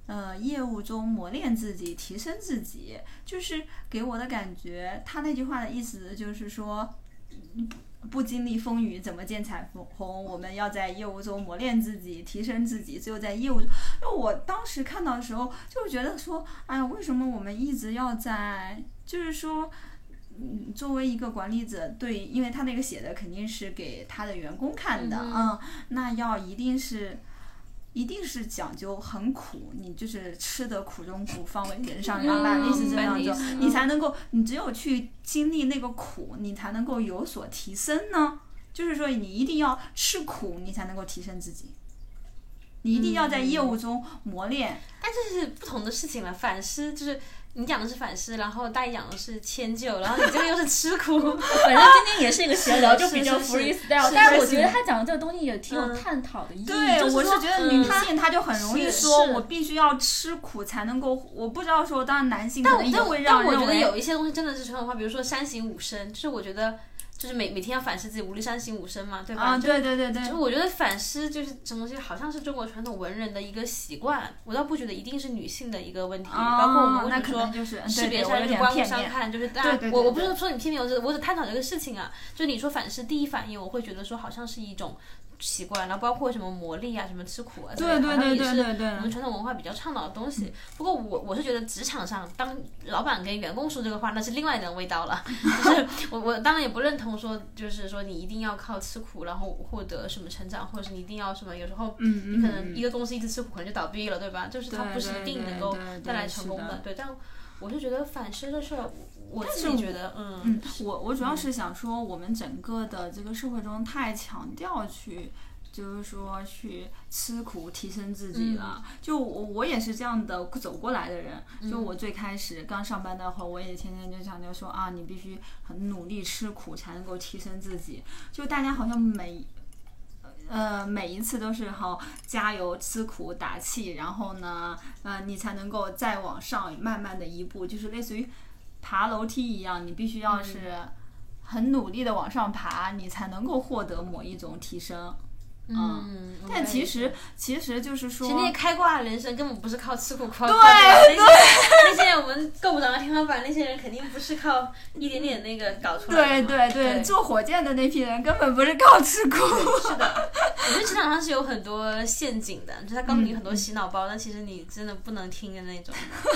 呃业务中磨练自己，提升自己，就是给我的感觉，他那句话的意思就是说，不经历风雨怎么见彩虹？我们要在业务中磨练自己，提升自己。只有在业务中，因为我当时看到的时候，就觉得说，哎呀，为什么我们一直要在，就是说，嗯，作为一个管理者，对，因为他那个写的肯定是给他的员工看的， 嗯嗯，那要一定是。一定是讲究很苦，你就是吃得苦中苦，方为人上人吧，类似这样子，你才能够，你只有去经历那个苦，你才能够有所提升呢。就是说，你一定要吃苦，你才能够提升自己。你一定要在业务中磨练。 嗯、但这是不同的事情了，反思就是你讲的是反思，然后大一讲的是迁就，然后你这个又是吃苦。 反正今天也是一个闲聊，就比较 freestyle，但是我觉得他讲的这个东西也挺有探讨的意义。 对， 就是我是觉得女性她就很容易说， 嗯、 我必须要吃苦才能够，我不知道说，当然男性可但能也会让但我觉得有一些东西真的是传统文化，比如说三省吾身，就是我觉得。就是每每天要反思自己，无力三省吾身嘛，对吧？ 啊，对对对对。 就是我觉得反思就是这种东西，好像是中国传统文人的一个习惯，我倒不觉得一定是女性的一个问题。 哦、 包括我们为什么说就是识别上就是刮目相看，就是大家对对对对我我不是说你片面，我只我只探讨这个事情啊。就你说反思第一反应，我会觉得说好像是一种习惯，然后包括什么磨砺啊，什么吃苦啊， 对对对对对对， 我们传统文化比较倡导的东西。不过我我是觉得职场上，当老板跟员工说这个话，那是另外一种味道了。就是我我当然也不认同说，就是说你一定要靠吃苦，然后获得什么成长，或者是你一定要什么，有时候你可能一个公司一直吃苦，可能就倒闭了，对吧？就是它不是一定能够带来成功的。对，但我是觉得反思这事儿。我自己觉得，嗯， 嗯，我我主要是想说，我们整个的这个社会中太强调去，就是说去吃苦提升自己了。 嗯、 就我我也是这样的走过来的人。就我最开始刚上班那会儿，我也天天就强调说啊，你必须很努力吃苦才能够提升自己。就大家好像每。呃，每一次都是好加油吃苦打气，然后呢，呃，你才能够再往上慢慢的一步，就是类似于爬楼梯一样，你必须要是很努力的往上爬，你才能够获得某一种提升。 嗯， 嗯但其实其实就是说， 其实那些开挂的人生根本不是靠吃苦靠对对那些我们够不着的天花板，那些人肯定不是靠一点点那个搞出来的。 对对 对, 对，坐火箭的那批人根本不是靠吃苦。 是的，我觉得职场上是有很多陷阱的，就是他告诉你很多洗脑包，但、嗯、其实你真的不能听的那种。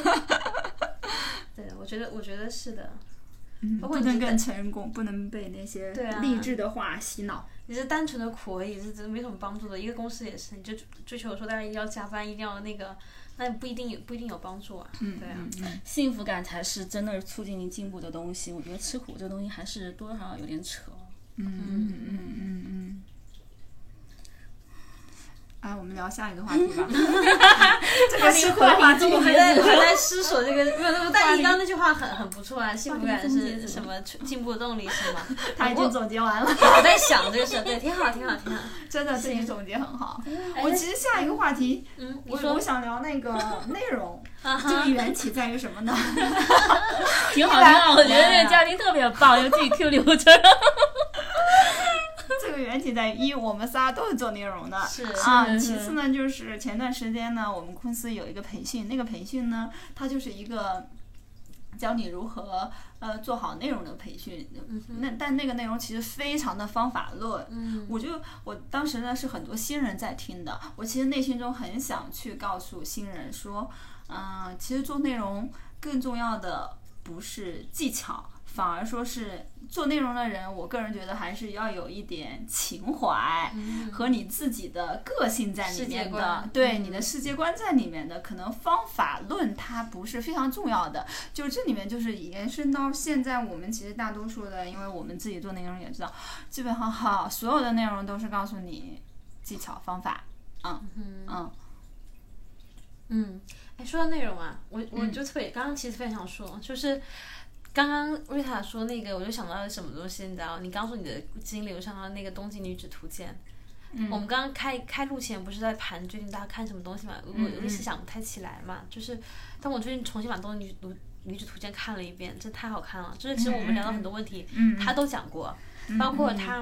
对，我觉得我觉得是的。 嗯、不能更成功，不能被那些励志的话洗脑。 你是单纯的苦而已，是真的没什么帮助的。一个公司也是，你就追求说大家一定要加班，一定要那个，那不一定有不一定有帮助啊。 嗯， 对啊、 嗯嗯。 幸福感才是真的促进你进步的东西。我觉得吃苦这个东西还是多多少少有点扯。 嗯嗯嗯嗯嗯。哎，我们聊下一个话题吧。这个是话题，我还在我还在思索这个，没有，但你刚刚那句话很很不错啊，幸福感是什么进步的动力是吗？ 他已经总结完了。 我在想这个事，对，挺好，挺好，挺好。 真的，这个总结很好。我其实下一个话题， 嗯， 我我想聊那个内容，这个缘起在于什么呢？ 挺好，挺好，我觉得这个嘉宾特别棒，有自己 Q 流程。 这个缘起在于一，我们仨都是做内容的， 是啊。其次呢，就是前段时间呢，我们公司有一个培训，那个培训呢，它就是一个教你如何呃做好内容的培训。 嗯、 那但那个内容其实非常的方法论。 嗯， 我就我当时呢是很多新人在听的，我其实内心中很想去告诉新人说，嗯、呃，其实做内容更重要的不是技巧。反而说是做内容的人，我个人觉得还是要有一点情怀和你自己的个性在里面的，对、嗯、你的世界观在里面的。可能方法论它不是非常重要的，就这里面就是延伸到现在我们其实大多数的，因为我们自己做内容也知道，基本上好所有的内容都是告诉你技巧方法，嗯嗯嗯嗯。哎，说到内容啊，我我就特别刚刚其实非常想说，就是刚刚瑞塔说那个，我就想到了什么东西，你知道？你刚说你的经历，我想到那个《东京女子图鉴》。嗯，我们刚刚开开录前不是在盘最近大家看什么东西嘛？我我一时想不太起来嘛。就是但我最近重新把《东京女女女子图鉴》看了一遍，这太好看了。就是其实我们聊到很多问题， 嗯， 他都讲过，包括他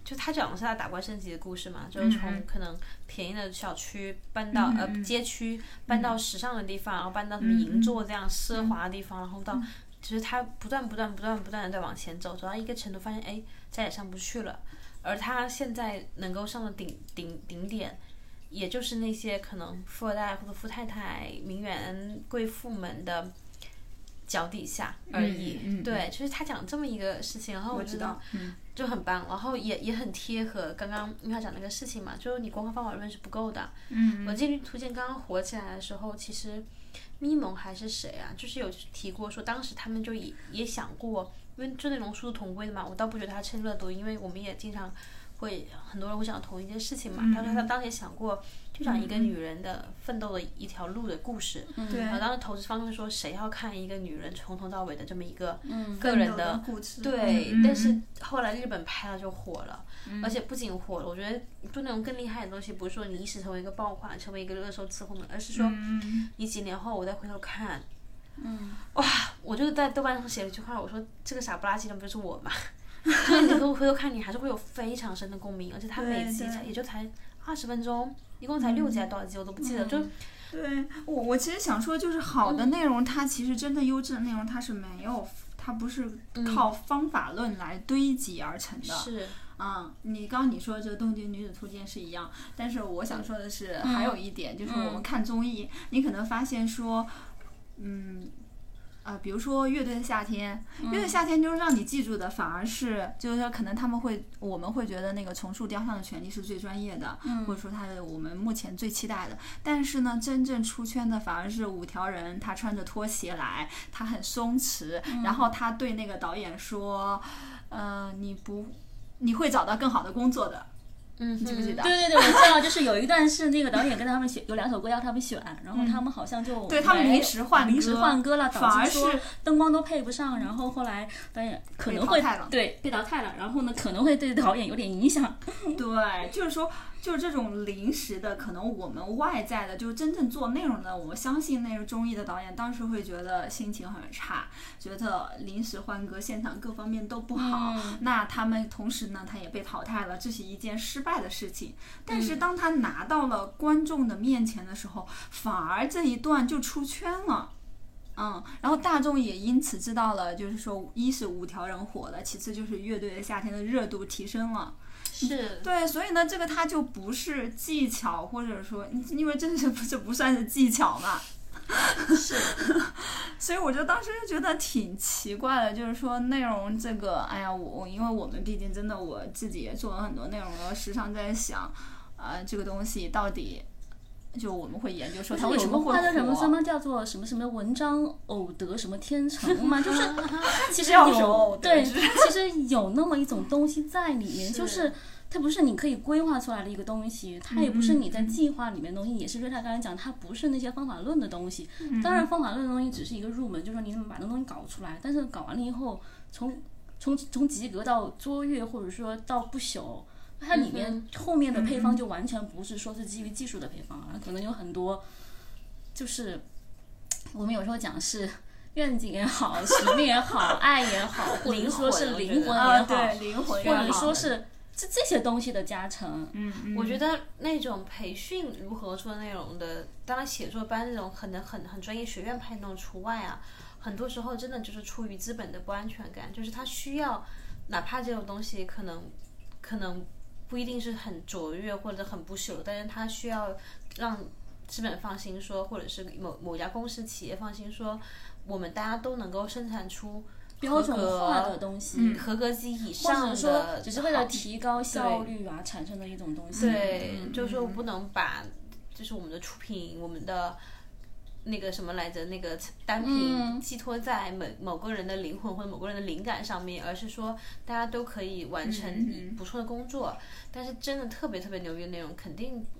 就他讲的是他打怪升级的故事嘛，就是从可能便宜的小区搬到、嗯、呃街区，搬到时尚的地方，然后搬到什么银座这样奢华的地方，然后到其实他不断不断不断不断的在往前走，走到一个程度发现哎再也上不去了，而他现在能够上的顶顶顶点，也就是那些可能富二代或者富太太、名媛贵妇们的脚底下而已。 嗯嗯嗯、 对，就是他讲这么一个事情，然后我觉得就很棒，然后也也很贴合刚刚因为他讲那个事情嘛，就是你光靠方法论是不够的。 嗯， 我记得图鉴刚刚火起来的时候，其实咪蒙还是谁啊，就是有提过说当时他们就也也想过，因为就内容殊途同归的嘛，我倒不觉得他蹭热度，因为我们也经常会很多人会讲同一件事情嘛。 嗯、 他说他当时也想过，就讲一个女人的奋斗的一条路的故事。 嗯、 然后当时投资方就说，谁要看一个女人从头到尾的这么一个嗯个人的故事？ 对、 嗯， 但是后来日本拍了就火了， 嗯、 而且不仅火了，我觉得就那种更厉害的东西，不是说你一时成为一个爆款，成为一个热搜伺候们，而是说、 嗯、 你几年后我再回头看。 嗯， 哇！我就在豆瓣上写了一句话，我说这个傻不拉几的不就是我吗？就是你回头看，你还是会有非常深的共鸣，而且它每集才也就才二十分钟，一共才六集还多少集我都不记得， 嗯、 就。 对我，我其实想说，就是好的内容，它其实真的优质的内容，它是没有，它不是靠方法论来堆积而成的。 是。 嗯，你刚刚你说这个《东京女子图鉴》是一样，但是我想说的是，还有一点、嗯、就是我们看综艺，嗯、你可能发现说。嗯，呃，比如说乐队的夏天， 嗯、 乐队夏天就是让你记住的，反而是就是说可能他们会，我们会觉得那个重塑雕像的权利是最专业的， 嗯、 或者说他的我们目前最期待的。但是呢，真正出圈的反而是五条人，他穿着拖鞋来，他很松弛， 嗯、 然后他对那个导演说，呃，你不，你会找到更好的工作的。 嗯， 你记不记得？ 对对对，我知道，就是有一段是那个导演跟他们选，有两首歌要他们选，然后他们好像就、 嗯、对他们临时换歌， 临时换歌了， 反而是灯光都配不上，然后后来导演可能会被淘汰了， 对被淘汰了，然后呢可能会对导演有点影响。 对，就是说，就是这种临时的，可能我们外在的，就是真正做内容的，我相信那个综艺的导演当时会觉得心情很差，觉得临时换歌，现场各方面都不好， 嗯、 那他们同时呢，他也被淘汰了，这是一件失败的事情。但是当他拿到了观众的面前的时候，反而这一段就出圈了。嗯，然后大众也因此知道了，就是说，一是五条人火了，其次就是乐队的夏天的热度提升了。 是， 对，所以呢，这个它就不是技巧，或者说，因为这是不这不算是技巧嘛。 是， 所以我就当时就觉得挺奇怪的，就是说内容这个，哎呀，我因为我们毕竟真的我自己也做了很多内容了，时常在想，呃，这个东西到底。就我们会研究说它为什么会火， 有个什么什么叫做什么什么文章偶得什么天成嘛，就是它其实有对，它其实有那么一种东西在里面，就是它不是你可以规划出来的一个东西，它也不是你在计划里面的东西，也是瑞塔刚才讲，它不是那些方法论的东西。当然，方法论的东西只是一个入门，就是说你怎么把那东西搞出来，但是搞完了以后，从从从及格到卓越，或者说到不朽。它里面后面的配方就完全不是说是基于技术的配方了，可能有很多，就是我们有时候讲是愿景也好，使命也好，爱也好，或者说是灵魂也好， 对灵魂或者说是这这些东西的加成。 嗯嗯， 我觉得那种培训如何做内容的，当然写作班那种可能很很专业学院派那种除外啊，很多时候真的就是出于资本的不安全感，就是他需要，哪怕这种东西可能可能。不一定是很卓越或者很不朽，但是他需要让资本放心说，或者是某某家公司企业放心说，我们大家都能够生产出标准化的东西， 嗯、合格级以上的， 或者说只是为了提高效率啊产生的一种东西。 对，嗯、就是说我不能把，就是我们的出品，我们的。那个什么来着？那个单品寄托在某某个人的灵魂或者某个人的灵感上面，而是说大家都可以完成不错的工作。 嗯嗯、 但是真的特别特别牛逼的内容，肯定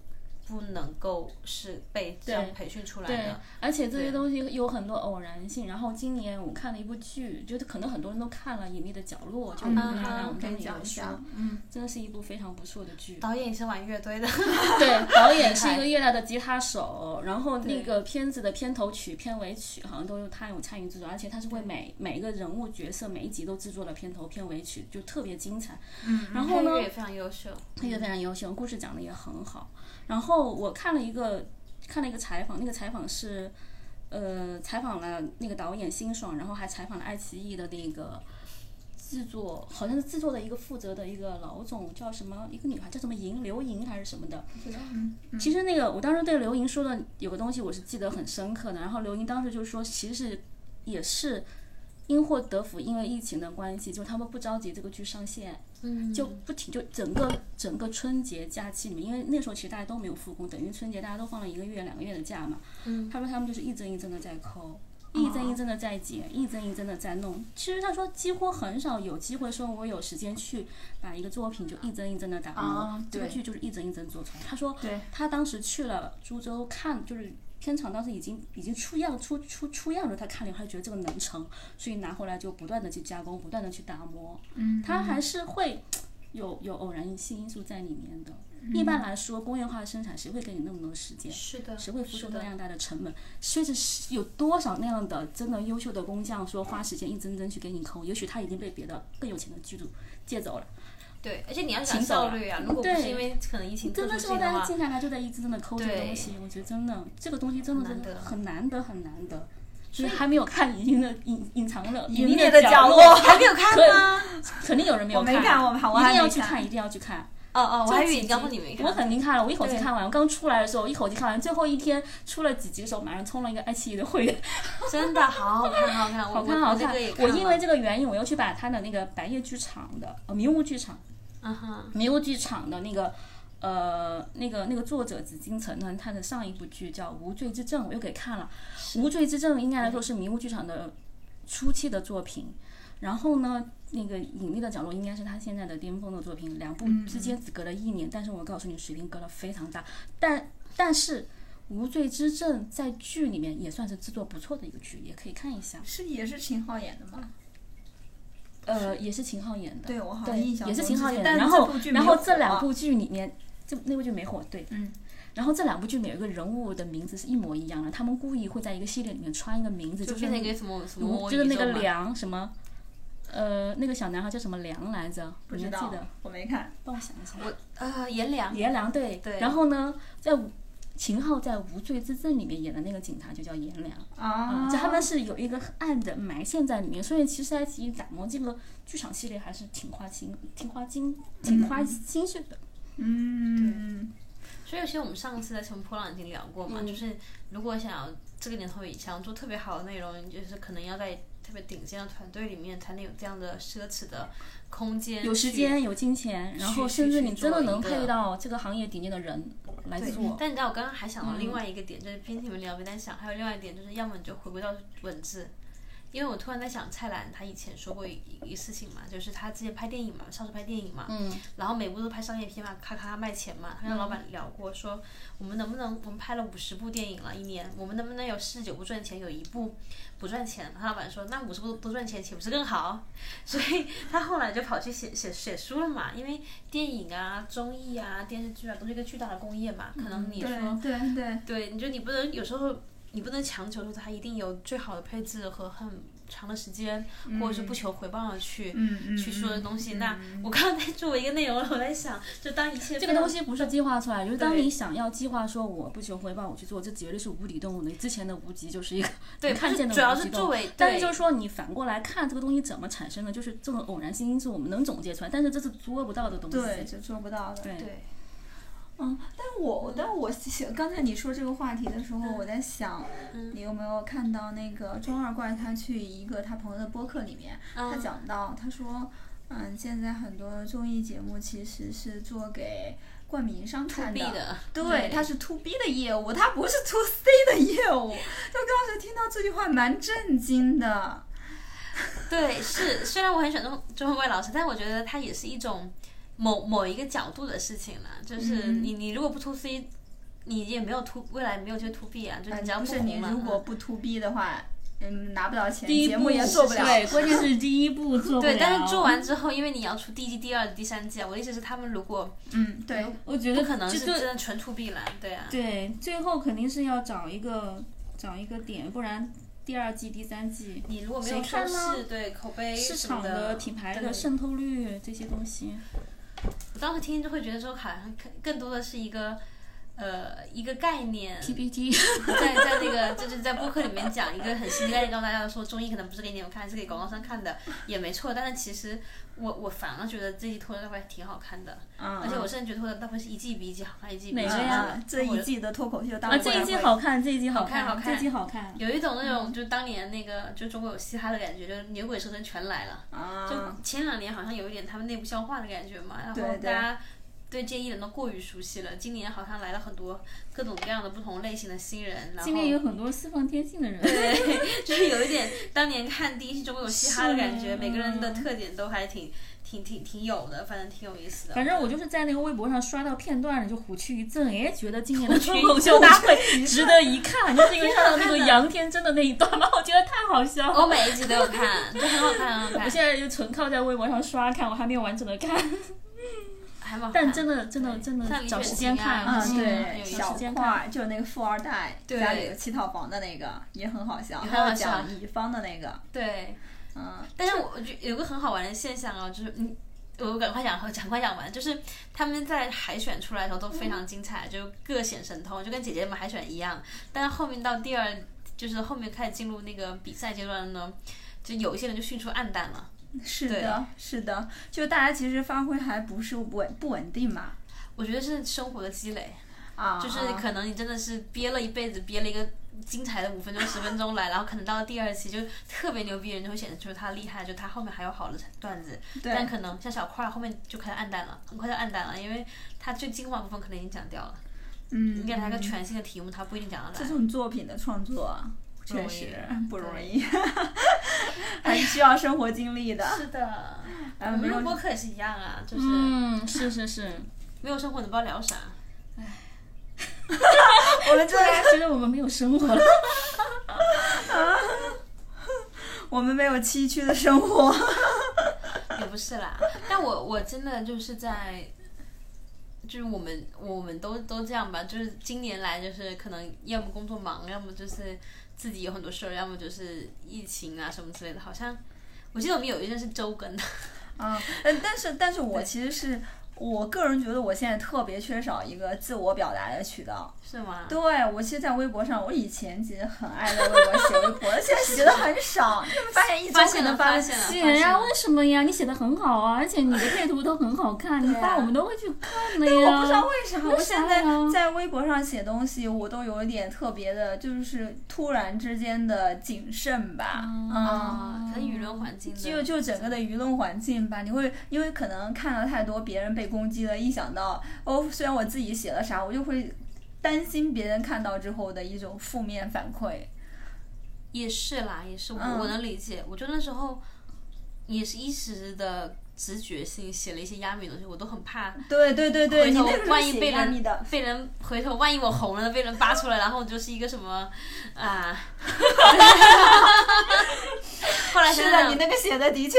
不能够是被这样培训出来对， 的。 而且这些东西有很多偶然性。然后今年我看了一部剧，就是可能很多人都看了《隐秘的角落》，就嗯杨洋可以跟李刘讲一下说， 嗯， 真的是一部非常不错的剧。 导演也是玩乐队的， 对，导演是一个越南的吉他手，然后那个片子的片头曲、片尾曲好像都有他有参与制作，而且他是会每每一个人物角色每一集都制作了片头、片尾曲，就特别精彩。 嗯， 然后呢， 配乐也非常优秀， 配乐非常优秀，故事讲的也很好。然后我看了一个看了一个采访，那个采访是，呃，采访了那个导演辛爽，然后还采访了爱奇艺的那个制作，好像是制作的一个负责的一个老总，叫什么一个女孩叫什么莹刘莹还是什么的。 不知道，嗯， 其实那个我当时对刘莹说的有个东西我是记得很深刻的，然后刘莹当时就说，其实是也是因祸得福，因为疫情的关系，就他们不着急这个剧上线。 嗯， 就不停就整个整个春节假期里面，因为那时候其实大家都没有复工，等于春节大家都放了一个月两个月的假嘛。 嗯， 他说他们就是一帧一帧的在抠，一帧一帧的在剪，一帧一帧的在弄。其实他说几乎很少有机会说我有时间去把一个作品就一帧一帧的打磨， 啊这个对剧就是一帧一帧做出来。他说对他当时去了株洲看，就是片场当时已经已经出样出出出样了，他看了他觉得这个能成，所以拿回来就不断的去加工，不断的去打磨。 嗯， 他还是会有有偶然性因素在里面的。一般来说，工业化的生产谁会给你那么多时间？ 是的， 谁会付出是的那样大的成本？甚至是有多少那样的真的优秀的工匠说花时间一帧帧去给你抠？也许他已经被别的更有钱的剧组借走了。 对，而且你要讲请走了效率啊，如果不对是因为可能疫情特真的殊性的话是大家静，下来就在一帧帧的抠这个对东西，我觉得真的这个东西真的真的很难得很难得很难得。所以还没有看隐隐的隐隐藏了隐秘秘的角落， 落还没有看吗？ 肯定有人没有看。 我没看我我一定还没看要去看，一定要去看。 哦哦，我还以为这几你刚说集你没看， 我肯定看了，我一口气对看完。我刚出来的时候，一口气看完，最后一天出了几集的时候，马上充了一个爱奇艺的会员， 真的好好看，好好看，我好看好看我这个也。看我因为了这个原因，我又去把他的那个白夜剧场的呃迷雾剧场， 嗯哼， 迷雾剧场的那个。呃，那个那个作者紫金城呢，他的上一部剧叫《无罪之证》，我又给看了。《无罪之证》应该来说是迷雾剧场的初期的作品，然后呢，那个《隐秘的角落》应该是他现在的巅峰的作品，两部之间只隔了一年，但是我告诉你，水平隔了非常大。但但是《无罪之证》在剧里面也算是制作不错的一个剧，也可以看一下。 是也是秦昊演的吗？ 呃，也是秦昊演的， 对我好像对印象也是中秦昊演的。 是但是然后这部剧没然后有火啊这两部剧里面，这那部剧没火，对， 嗯。 然后这两部剧里面有一个人物的名字是一模一样的，他们故意会在一个系列里面穿一个名字， 就是是变成一个什么什么魔就是那个宇宙嘛梁什么，呃，那个小男孩叫什么梁来着？ 不知道你还记得？， 我没看。 帮我想一下。 我呃颜良， 颜良对对然后呢，在秦昊在《无罪之证》里面演的那个警察就叫颜良。 啊， 就他们是有一个暗的埋线在里面，所以其实爱奇艺打磨这个剧场系列还是挺花心、挺花精、挺花心血的。 嗯， 所以其实我们上次在《乘波浪》已经聊过嘛， 嗯就是如果想要这个年头以想要做特别好的内容，就是可能要在特别顶尖的团队里面才能有这样的奢侈的空间， 有时间、有金钱，然后甚至你真的能配到。 到这个行业顶尖的人来对做。 但你知道，我刚刚还想到另外一个点，就是边听你们聊边在想，还有另外一点就是，要么你就回归到文字，因为我突然在想，蔡澜他以前说过一一个事情嘛，就是他之前拍电影嘛，上次拍电影嘛， 嗯， 然后每部都拍商业片嘛，咔咔卖钱嘛，他跟老板聊过说，我们能不能我们拍了五十部电影了，一年，我们能不能有四十九部赚钱，有一部不赚钱？他老板说，那五十部都赚钱，岂不是更好？所以他后来就跑去写写写书了嘛，因为电影啊、综艺啊、电视剧啊都是一个巨大的工业嘛，可能你说、 嗯对对对， 对，你就你不能有时候你不能强求说它一定有最好的配置和很长的时间， 嗯、 或者是不求回报的去、 嗯嗯、 去说的东西。 嗯、 那我刚刚在作为一个内容，我在想，就当一切这个东西不是计划出来，就是当对你想要计划说我不求回报我去做，这绝对是无底洞的。之前的无极就是一个对看见的主要无极洞是作为， 但是就是说你反过来看这个东西怎么产生的，就是这种偶然性因素我们能总结出来，但是这是做不到的东西。 对，就做不到的。 对。 对嗯，但是我，但是我想，刚才你说这个话题的时候， 嗯、 我在想， 嗯、 你有没有看到那个中二怪他去一个他朋友的播客里面， 嗯、 他讲到，他说，嗯，现在很多综艺节目其实是做给冠名商看的， 的对， 对它是 to B 的业务，它不是 to C 的业务。就当时听到这句话蛮震惊的。 对，是，虽然我很喜欢钟钟汉怪老师，但我觉得他也是一种某某一个角度的事情啦，就是你、嗯、你如果不 to C， 你也没有 to 未来没有这个 to B 啊，就你只要不是你红了， 如果不 to B 的话，嗯，拿不到钱， 第一步节目也做不了。 对，关键是第一步做不了。 对，但是做完之后，因为你要出第一季、第二季、第三季啊，我的意思是，他们如果嗯，对， 我觉得不可能是就真的纯 to B 了，对啊。 对，最后肯定是要找一个找一个点，不然第二季、第三季你如果没有收谁看呢视，对口碑市场什么的品牌的对渗透率这些东西， 我当时听就会觉得说，好像更更多的是一个。呃，一个概念 P P T 在在那个就是在播客里面讲一个很新的概念，告诉大家说综艺可能不是给你们看，是给广告商看的，也没错。但是其实我我反而觉得这一季脱的大会挺好看的， 嗯、 而且我甚至觉得脱的大会是一季比一季好看，一季比一季哪个呀好看。 这一季的脱口秀大啊， 会这一季好看，这一季好看， 好看， 这一季好看。 有一种那种就当年那个就中国有嘻哈的感觉，就牛鬼蛇神全来了。 啊、 就前两年好像有一点他们内部消化的感觉嘛，然后对对大家。对这艺人都过于熟悉了，今年好像来了很多各种各样的不同类型的新人。然后今年有很多释放天性的人。 对，就是有一点当年看第一期中国有嘻哈的感觉，每个人的特点都还挺挺挺挺有的，反正挺有意思的。 反正我就是在那个微博上刷到片段了，就虎躯一震，哎，觉得今年的脱口秀大会值得一看。就是因为看到那个杨天真的那一段嘛，我觉得太好笑了。 我每一集都有看，就很好看，很好看。 我现在就纯靠在微博上刷看，我还没有完整的看。 还蛮好看， 但真的真的真的找时间看啊， 嗯对， 有小时间块看， 就是那个富二代家里有七套房的那个也很好笑，还有讲乙方的那个， 对， 嗯， 但是我觉得有个很好玩的现象啊，就是嗯。我赶快讲，赶快讲完。就是他们在海选出来的时候都非常精彩，就各显神通，就跟姐姐们海选一样。但是后面到第二，就是后面开始进入那个比赛阶段呢，就有一些人就迅速暗淡了。 是的，是的，就大家其实发挥还不是稳不稳定嘛。 我觉得是生活的积累。 啊， 就是可能你真的是憋了一辈子，憋了一个精彩的五分钟、十分钟来，然后可能到了第二期就特别牛逼，人就会显得就是他厉害，就他后面还有好的段子。但可能像小块后面就开始暗淡了，很快就暗淡了，因为他最精华部分可能已经讲掉了。 嗯， 你给他一个全新的题目，他不一定讲得来。 这种作品的创作确实不容易，还是需要生活经历的。 是的，我们录播客也是一样啊，就是嗯，是是是， 没有生活你不知道聊啥。 唉。 我们突然觉得我们没有生活了， 啊，我们没有崎岖的生活， 也不是啦。但我我真的就是在，就是我们我们都都这样吧。就是今年来，就是可能要么工作忙，要么就是自己有很多事儿，要么就是疫情啊什么之类的。好像我记得我们有一阵是周更的， 啊，但是但是我其实是。我个人觉得我现在特别缺少一个自我表达的渠道。 是吗？ 对，我其实在微博上，我以前其实很爱在微博写微博，现在写的很少。你有没有发现一周可能发写呀？为什么呀？你写的很好啊，而且你的配图都很好看，你发我们都会去看的呀。 我不知道为啥，我现在在微博上写东西，我都有一点特别的，就是突然之间的谨慎吧。 啊，可能舆论环境。 就就整个的舆论环境吧，你会因为可能看了太多别人被攻击了，一想到哦，虽然我自己写了啥，我就会担心别人看到之后的一种负面反馈。 也是啦，也是我、 嗯、 我能理解。我觉得那时候也是一时的直觉性写了一些压米的东西，我都很怕。 对对对对， 回头你那个万一被人的被人回头万一我红了，被人扒出来，然后就是一个什么啊？后来是的，你那个写的的确。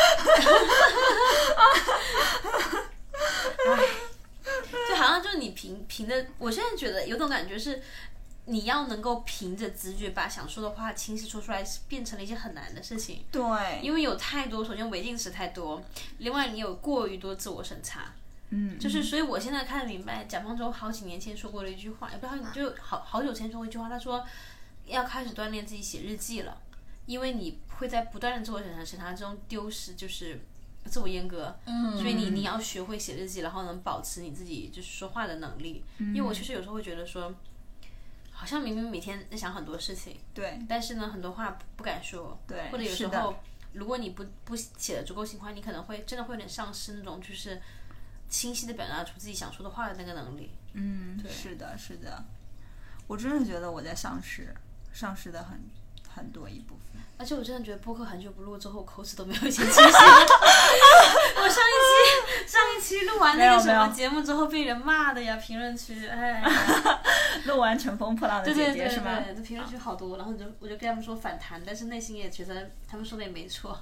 就好像就是你凭凭着，我现在觉得有种感觉是，你要能够凭着直觉把想说的话清晰说出来，变成了一件很难的事情。 对， 因为有太多，首先违禁词太多，另外你有过于多自我审查。 嗯， 就是所以我现在看得明白，蒋方舟好几年前说过的一句话，也不知道就好好久前说过一句话，他说要开始锻炼自己写日记了，因为你会在不断的自我审查审查中丢失就是自我阉割， 嗯， 所以你你要学会写日记，然后能保持你自己就是说话的能力。 嗯、 因为我其实有时候会觉得说，好像明明每天在想很多事情， 对， 但是呢很多话不敢说， 对， 或者有时候如果你不不写的足够细化，你可能会真的会有点丧失那种就是清晰的表达出自己想说的话的那个能力。 嗯，对，是的，是的，我真的觉得我在丧失，丧失的很很多一部分。 而且我真的觉得播客很久不录之后，口齿都没有以前清晰了。我上一期上一期录完那个什么节目之后被人骂的呀，评论区，哎呀， 录完乘风破浪的姐姐是吗？ 对对对对，这评论区好多，然后我就我就跟他们说反弹，但是内心也觉得他们说的也没错。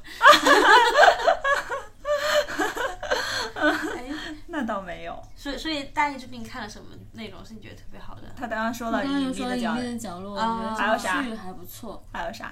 哎， 那倒没有。 所以所以大义之病看了什么内容是你觉得特别好的？ 他刚刚说了刚刚隐有说了隐秘的角落， 秘的角落， 啊我觉得还有啥这个剧还不错。 还有啥？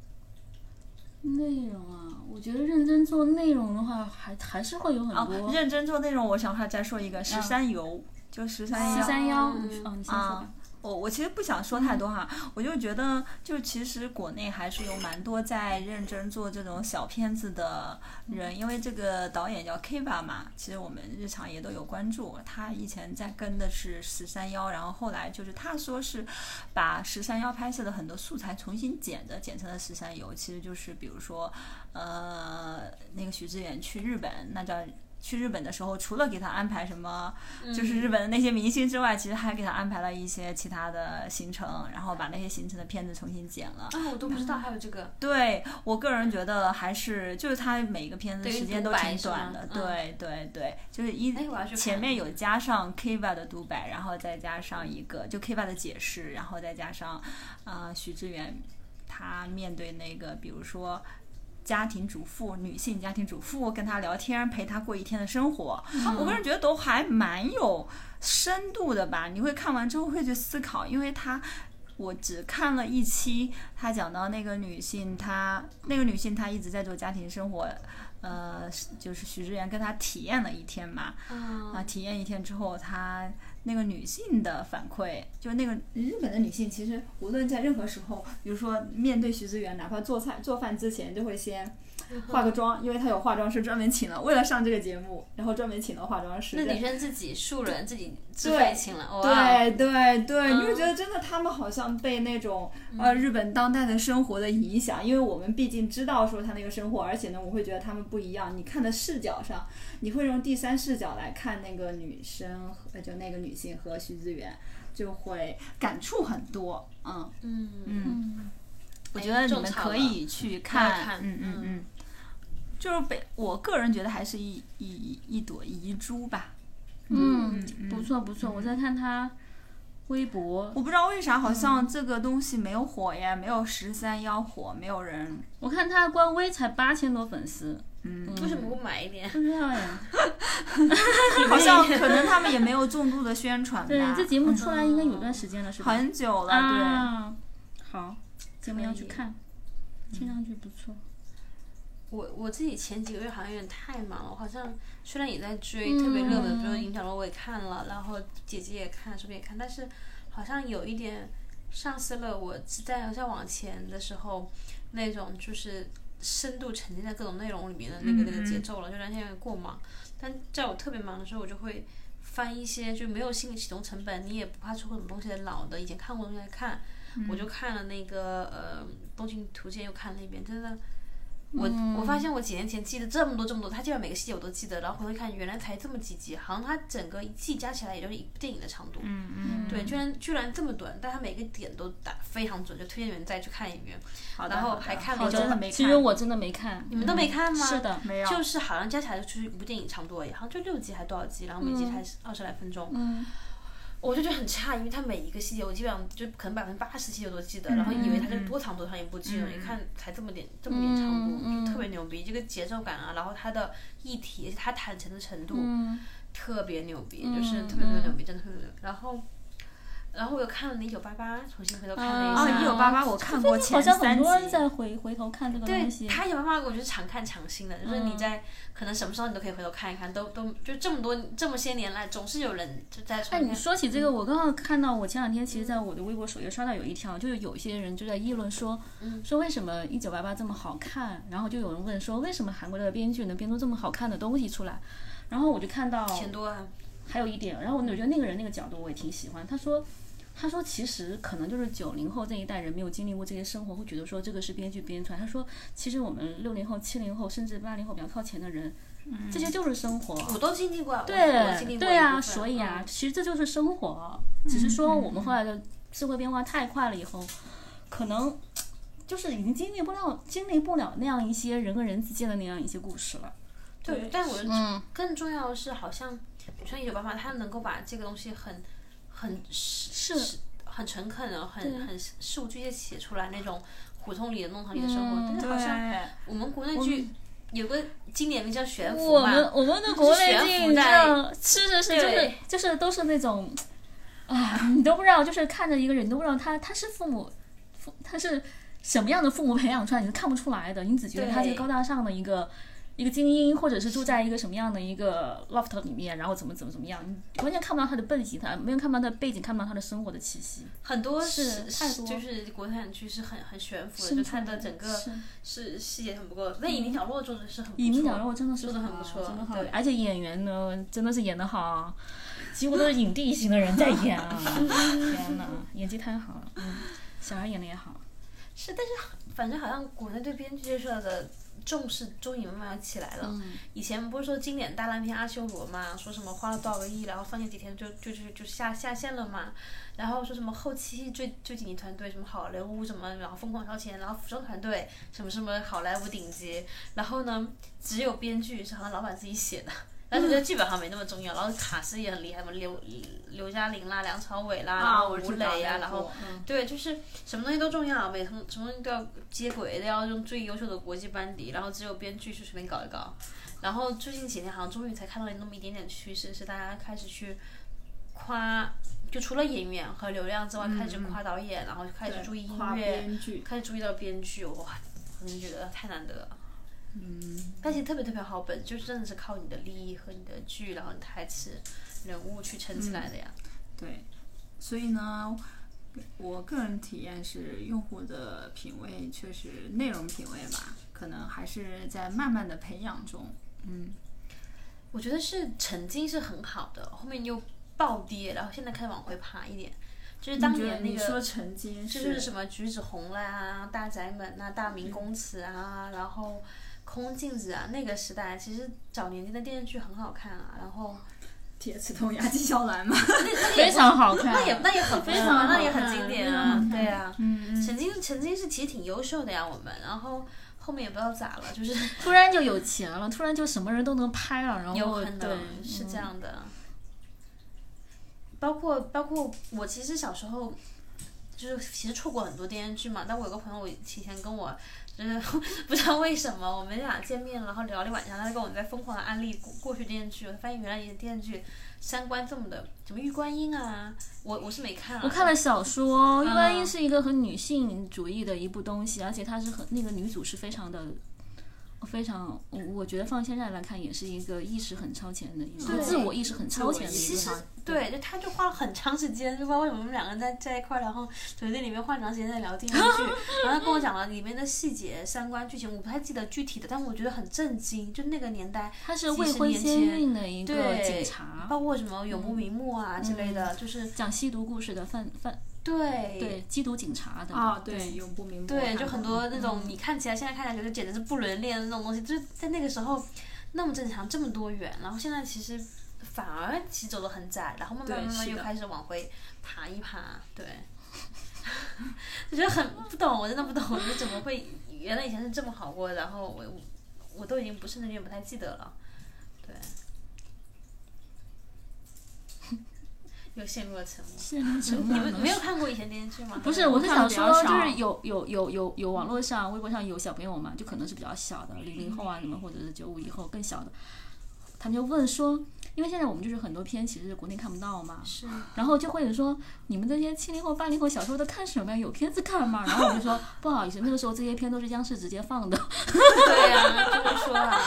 内容啊，我觉得认真做内容的话，还还是会有很多。 哦，认真做内容，我想还再说一个十三游，就十三幺。 十三幺， 嗯你说，哦，你先说吧。 我我其实不想说太多哈，我就觉得就其实国内还是有蛮多在认真做这种小片子的人，因为这个导演叫 Kiva 嘛，其实我们日常也都有关注。他以前在跟的是十三幺，然后后来就是他说是把十三幺拍摄的很多素材重新剪的，剪成了十三游，其实就是比如说呃那个许知远去日本，那叫。去日本的时候，除了给他安排什么，就是日本的那些明星之外，其实还给他安排了一些其他的行程，然后把那些行程的片子重新剪了。 啊，我都不知道还有这个。 对，我个人觉得还是就是他每一个片子对于时间都独白挺短的， 是吗对对对，就是一哎我要去看前面有加上 Kiva 的独白，然后再加上一个就 Kiva 的解释，然后再加上呃许知远他面对那个比如说。家庭主妇，女性家庭主妇跟他聊天，陪他过一天的生活，嗯、我个人觉得都还蛮有深度的吧。你会看完之后会去思考，因为他我只看了一期，他讲到那个女性，她那个女性她一直在做家庭生活，呃，就是许知远跟她体验了一天嘛， 嗯、 啊，体验一天之后，她那个女性的反馈，就那个日本的女性，其实无论在任何时候，比如说面对许知远，哪怕做菜做饭之前，就会先化个妆，因为她有化妆师专门请了，为了上这个节目，然后专门请了化妆师。 那女生自己素人自己自费请了， 对对对， 嗯、 你会觉得真的他们好像被那种、嗯、呃日本当代的生活的影响，因为我们毕竟知道说他那个生活，而且呢，我会觉得他们不一样。你看的视角上，你会用第三视角来看那个女生，就那个女性和徐知远，就会感触很多。嗯嗯嗯，我觉得你们可以去看， 看嗯嗯嗯，就是被我个人觉得还是一一一朵遗珠吧。 嗯，不错不错，我在看他微博， 我不知道为啥好像这个东西没有火呀，没有十三幺火，没有人。 我看他官微才八千多粉丝， 嗯， 为什么不买一点？ 不知道呀， 好像可能他们也没有重度的宣传吧。 对，这节目出来应该有段时间了，是吧？ 很久了， 啊、对。好，节目要去看，听上去不错。 我我自己前几个月好像有点太忙了，我好像虽然也在追特别热门，比如《银角落》我也看了，然后姐姐也看，是不是也看？但是好像有一点丧失了我在在往前的时候那种就是深度沉浸在各种内容里面的那个、嗯、那个节奏了，就那天有点过忙。但在我特别忙的时候，我就会翻一些就没有心理启动成本，你也不怕错过什么东西的老的以前看过的东西来看。嗯、我就看了那个呃《东京图鉴》，又看了一遍，真的。我我发现我几年前记得这么多这么多，他基本每个细节我都记得，然后回头看原来才这么几集，好像他整个一季加起来也就是一部电影的长度。 嗯嗯。 对，居然居然这么短，但他每个点都打非常准，就推荐你们再去看一遍。 好的。 然后还看了一个， 其实我真的没看。 你们都没看吗？ 嗯、是的， 没有。 就是好像加起来就是一部电影长度而已，好像就六集还多少集，然后每集才二十来分钟。 嗯。 我就觉得很差，因为他每一个细节我基本上就可能百分之八十细节我都记得，嗯、然后以为他就多长多长一部剧呢，一、嗯、看才这么点这么点长度， 嗯、 就特别牛逼。这个节奏感啊，然后他的议题，他坦诚的程度， 嗯、 特别牛逼， 嗯、 就是特别特别牛逼，真的特别牛逼。然后。然后我又看了《一九八八》，重新回头看了一下。 啊，一九八八我看过前三集。 好像很多人在回回头看这个东西。 对，他一九八八我觉得常看常新的，就是你在、嗯、可能什么时候你都可以回头看一看，都都就这么多这么些年来，总是有人就在。 哎，你说起这个，我刚刚看到，我前两天其实在我的微博首页刷到有一条，就是有些人就在议论说， 嗯、 说为什么一九八八这么好看，然后就有人问说，为什么韩国的编剧能编出这么好看的东西出来？然后我就看到钱多啊， 还有一点，然后我觉得那个人那个角度我也挺喜欢，他说。他说：“其实可能就是九零后这一代人没有经历过这些生活，会觉得说这个是编剧编出来。他说，其实我们六零后、七零后甚至八零后比较靠前的人， 嗯、 这些就是生活。 我都经历过， 对对啊，所以啊， 嗯、其实这就是生活。只是说我们后来的社会变化太快了以后，可能就是已经经历不了、经历不了那样一些人和人之间的那样一些故事了。 对，但我觉得嗯更重要的是，好像像一九八八，他能够把这个东西很很是很诚恳的、很很事无巨细写出来那种胡同里的弄堂里的生活， 嗯、 但是好像我们国内剧有个经典名叫悬浮我嘛， 们我们的国内剧你知道，是是是，就是就是都是那种啊，你都不知道，就是看着一个人，你都不知道他他是父母，父他是什么样的父母培养出来，你是看不出来的，你只觉得他是高大上的一个。一个精英，或者是住在一个什么样的一个 loft 里面，然后怎么怎么怎么样，你完全看不到他的背景，他没有看不到他的背景，看不到他的生活的气息。 很多是太多， 就是国产剧是很很悬浮的，就它的整个是细节很不够。那《隐秘角落》做的是很不错，《 隐秘角落》真的是做的很不错， 真的好， 对， 而且演员呢真的是演得好，几乎都是影帝型的人在演啊！天哪，演技太好了，嗯，小孩演的也好。 是，但是反正好像国内对编剧社的重视终于慢慢起来了。 嗯、 以前不是说经典大烂片《阿修罗》嘛，说什么花了多少个亿，然后放映几天就就就就下下线了嘛。然后说什么后期最最紧急团队什么好莱坞什么，然后疯狂烧钱，然后服装团队什么什么好莱坞顶级，然后呢只有编剧是好像老板自己写的。但是这剧本好像没那么重要，然后卡斯也很厉害嘛，刘刘嘉玲啦、梁朝伟啦，然后吴磊呀、啊，然后、 嗯、 对，就是什么东西都重要，每什么什么东西都要接轨，都要用最优秀的国际班底，然后只有编剧是随便搞一搞。然后最近几年好像终于才看到那么一点点趋势，是大家开始去夸，就除了演员和流量之外， 嗯、 开始夸导演，然后开始注意音乐，开始注意到编剧，哇，我真觉得太难得了。 嗯， 但是特别特别好本，就是真的是靠你的利益和你的剧，然后你台词、人物去撑起来的呀。 嗯、对，所以呢，我个人体验是，用户的品味确实内容品味吧，可能还是在慢慢的培养中。嗯， 我觉得是曾经是很好的，后面又暴跌，然后现在开始往回爬一点。就是当年那个， 你说曾经是就是什么橘子红啦、大宅门啊、大明宫词啊，嗯、然后。空镜子啊，那个时代其实早年间的电视剧很好看啊，然后铁齿铜牙纪晓岚嘛， 非常好看， 那也那也很非常那也很经典啊，对啊， 嗯， 曾经曾经是其实挺优秀的呀，我们，然后后面也不知道咋了，就是突然就有钱了，突然就什么人都能拍了，然后有可能是这样的，嗯、包括包括我其实小时候就是其实错过很多电视剧嘛，但我有个朋友，我以前跟我。就是不知道为什么我们俩见面了，然后聊了一晚上，他跟我在疯狂的安利过过去电视剧，我发现原来也电视剧三观这么的，什么玉观音啊，我我是没看啊。 我看了小说，玉观音是一个很女性主义的一部东西，而且它是很那个女主是非常的。非常，我我觉得放现在来看，也是一个意识很超前的一个自我意识很超前的一个。 其实对，就他就花了很长时间，就不知道为什么我们两个人在在一块儿，然后酒店里面花很长时间在聊电视剧，然后他跟我讲了里面的细节、三观、剧情，我不太记得具体的，但我觉得很震惊，就那个年代， 他是未婚先孕的一个警察， 包括什么永不瞑目啊、 嗯、 之类的，就是讲吸毒故事的犯犯。 对对，缉毒警察的啊，对，永不瞑目。 对，就很多那种你看起来、嗯、现在看起来觉得简直是不伦恋的那种东西，就是在那个时候那么正常，这么多元，然后现在其实反而其实走得很窄，然后慢慢慢慢又开始往回爬一爬，对，就觉得很不懂，我真的不懂，我怎么会原来以前是这么好过，然后我我都已经不是那点不太记得了，对。又陷入了沉默。 陷入沉默。 你们没有看过以前电视剧吗？ 不是，我是想说，就是有有有有有网络上、微博上有小朋友嘛，就可能是比较小的，零零后啊什么，或者是九五以后更小的，他们就问说，因为现在我们就是很多片其实国内看不到嘛， 是， 然后就会有说，你们这些七零后、八零后小时候都看什么呀？有片子看吗？然后我就说，不好意思，那个时候这些片都是央视直接放的。 对呀、啊，就是说啊。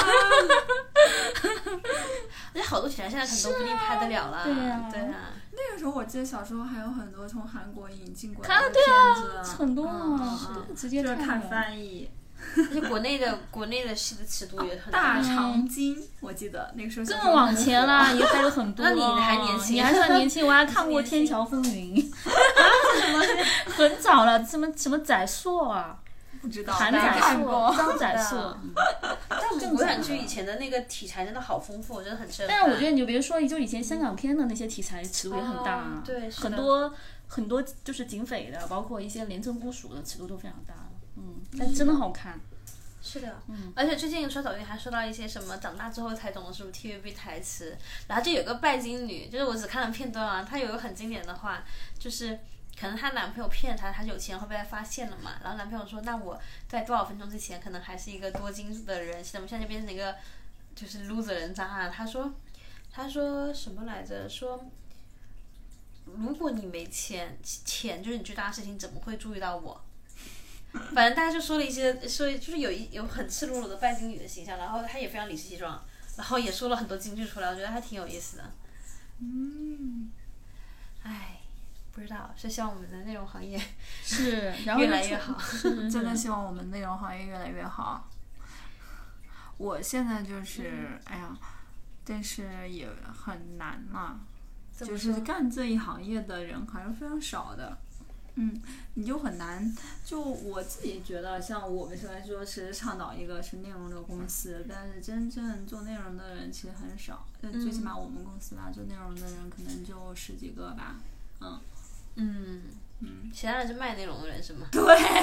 而且好多钱现在可能都不一定拍得了啦。 对呀、 啊，对啊。 那个时候我记得小时候还有很多从韩国引进过来的片子， 啊、很多啊， 嗯嗯、 直接就是看翻译。 而且国内的国内的戏的尺度也很大。大长今，我记得那个时候更往前啦，也还有很多。 那你还年轻， 你还算年轻，我还看过《天桥风云》很早了，什么什么载硕啊。 不知道， 韩载硕、张载硕， 但我们国产剧以前的那个题材真的好丰富，真的很震撼。 但是我觉得你就别说，就以前香港片的那些题材尺度也很大，啊哦、对， 很多很多就是警匪的，包括一些廉政部署的尺度都非常大，嗯，但真的好看。 是的，嗯，而且最近刷抖音还说到一些什么长大之后才懂的什么 T V B 台词，然后就有个拜金女，就是我只看了片段啊，她有个很经典的话，就是可能她男朋友骗她，她有钱会被她发现了嘛，然后男朋友说，那我在多少分钟之前可能还是一个多金的人，现在现在就变成一个就是 loser 人渣啊，他说他说什么来着，说如果你没钱，钱就是你最大的事情，怎么会注意到我？反正大家就说了一些，说就是有一有很赤裸裸的拜金女的形象，然后她也非常理直气壮，然后也说了很多金句出来，我觉得还挺有意思的。 嗯， 唉，不知道，是希望我们的内容行业是然后越来越好， 真的希望我们内容行业越来越好。我现在就是，嗯、哎呀，但是也很难嘛，就是干这一行业的人还是非常少的。嗯，你就很难，就我自己觉得，像我们虽然说是倡导一个是内容的公司，但是真正做内容的人其实很少。就最起码我们公司吧，做内容的人可能就十几个吧。嗯嗯嗯，其他人是卖内容的人是吗？ 对。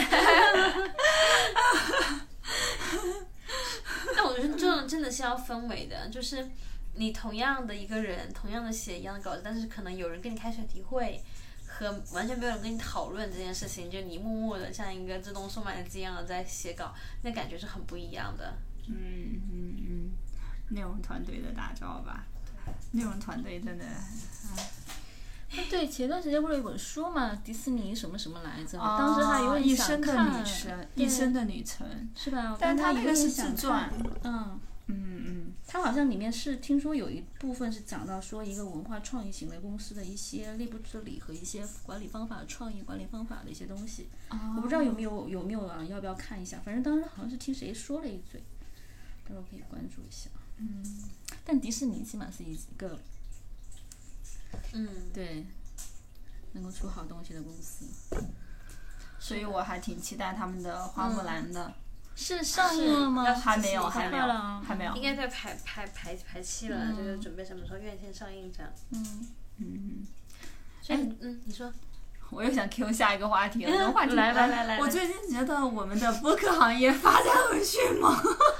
但我觉得这种真的是要氛围的，就是你同样的一个人，同样的写一样的稿子，但是可能有人跟你开选题会。和完全没有人跟你讨论这件事情，就你默默的像一个自动售卖机一样的在写稿，那感觉是很不一样的。 嗯嗯嗯，内容团队的打造吧，内容团队真的。 哎，对，前段时间不是有一本书嘛，迪士尼什么什么来着？ 哦、 当时还有点一生的想看， 女神，一生的女神， 是吧？ 但他那个是自传， 嗯。 嗯嗯， 它好像里面是听说有一部分是讲到说一个文化创意行为公司的一些内部治理和一些管理方法、创意管理方法的一些东西。 哦、 我不知道有没有有没有啊？要不要看一下？反正当时好像是听谁说了一嘴，到时候可以关注一下。 嗯， 但迪士尼起码是一个， 嗯， 对，能够出好东西的公司。 所以我还挺期待他们的花木兰的。嗯是上映了吗？ 还没有，还没有，还没有。 应该在排排排排期了，嗯、就是准备什么时候院线上映这样。 嗯嗯。 所以嗯，你说。 我又想 Q 下一个话题了，嗯、话题来来来来。 我最近觉得我们的播客行业发展很迅猛。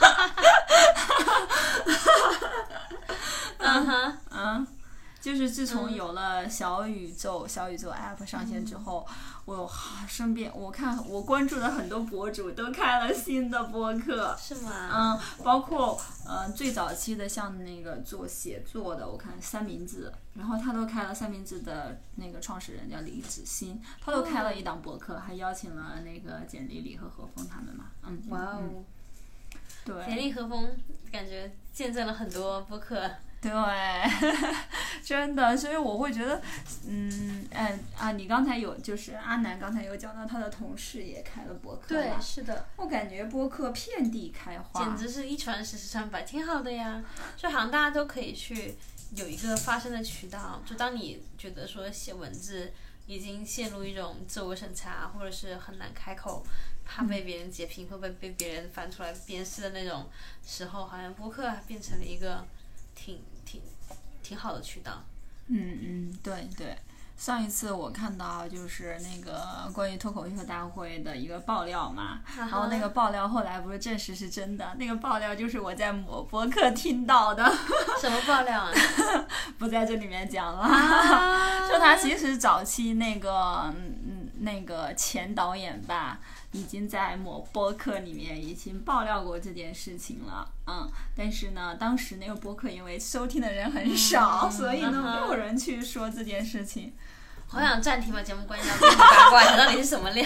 嗯哼嗯。就是自从有了小宇宙、嗯、小宇宙 app 上线之后，嗯、我身边我看我关注的很多博主都开了新的播客， 是吗？ 嗯，包括呃最早期的像那个做写作的，我看三明治，然后他都开了三明治的那个创始人叫李子欣，他都开了一档播客，还邀请了那个简历里和何峰他们嘛，嗯， 哇哦， 嗯、对， 简历何峰感觉见证了很多播客。 对，真的，所以我会觉得，嗯，哎啊，你刚才有，就是阿南刚才有讲到他的同事也开了播客， 对，是的， 我感觉播客遍地开花， 简直是一传十，十传百，挺好的呀。就好像大家都可以去有一个发声的渠道，就当你觉得说写文字已经陷入一种自我审查，或者是很难开口，怕被别人截屏，会不会被别人翻出来鞭尸的那种时候，好像播客变成了一个挺挺挺好的渠道。 嗯嗯，对对。上一次我看到就是那个关于脱口秀大会的一个爆料嘛，然后那个爆料后来不是证实是真的，那个爆料就是我在某播客听到的。 什么爆料啊？ 不在这里面讲了。啊、说他其实早期那个嗯那个前导演吧，已经在某播客里面已经爆料过这件事情了，嗯，但是呢，当时那个播客因为收听的人很少，嗯、所以呢，没有人去说这件事情。 好想暂停把节目关掉，跟你八卦，你到底是什么料？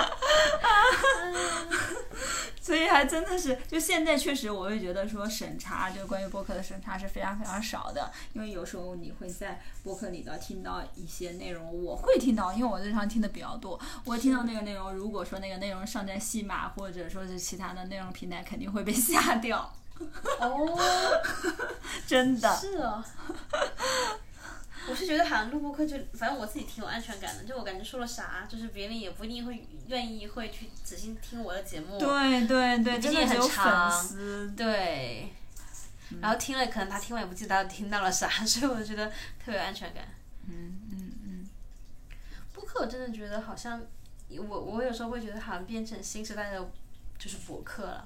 所以还真的是，就现在确实我会觉得说审查，就关于播客的审查是非常非常少的，因为有时候你会在播客里头听到一些内容，我会听到，因为我日常听的比较多，我听到那个内容，如果说那个内容上在西马或者说是其他的内容平台，肯定会被下掉。 哦， 真的是哦。我是觉得好像录播课就，反正我自己挺有安全感的，就我感觉说了啥，就是别人也不一定会愿意会去仔细听我的节目。 对对对， 真的很长， 粉对、嗯。然后听了，可能他听完也不记得他听到了啥，所以我觉得特别有安全感。 嗯嗯嗯。 播客我真的觉得好像，我我有时候会觉得好像变成新时代的，就是博客了。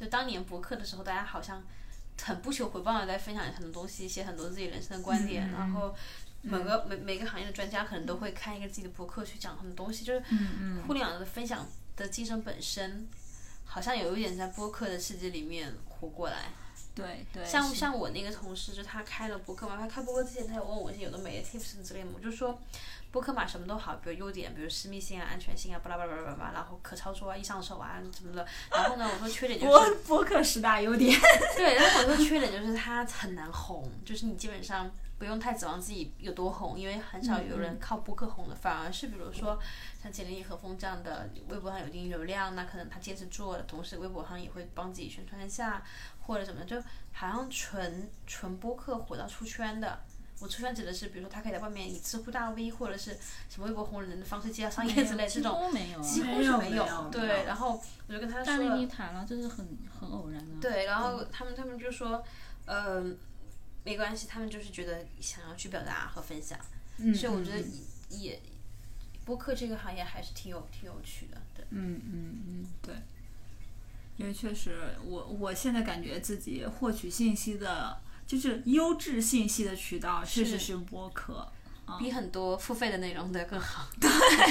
就当年博客的时候，大家好像很不求回报的在分享很多东西，写很多自己人生的观点， 嗯、 然后每个、嗯、每每个行业的专家可能都会开一个自己的博客去讲很多东西，就是互联网的分享的精神本身，好像有一点在播客的世界里面活过来。 对对， 像像我那个同事，就他开了播客嘛，他开播客之前他有问我一些有的没的 tips 之类的，我就说播客嘛什么都好，比如优点，比如私密性啊、安全性啊，巴拉巴拉巴拉巴拉，然后可操作啊、易上手啊什么的。然后呢，我说缺点就是播客十大优点。 对，然后我说缺点就是它很难红，就是你基本上不用太指望自己有多红，因为很少有人靠播客红的，反而是比如说像简历和风这样的，微博上有一定流量，那可能他坚持做，同时微博上也会帮自己宣传一下。或者什么，就好像纯纯播客火到出圈的。我出圈指的是，比如说他可以在外面以知乎大 V 或者是什么微博红人的方式接到商业之类这种， 几乎没有， 几乎是没有。对，然后我就跟他说， 大内密谈了，这是很很偶然的。 对，然后他们他们就说，呃，没关系，他们就是觉得想要去表达和分享， 嗯、 所以我觉得也播客这个行业还是挺有挺有趣的。对， 嗯嗯嗯，对。因为确实我我现在感觉自己获取信息的就是优质信息的渠道确实是播客， 嗯、比很多付费的内容的更好。 对。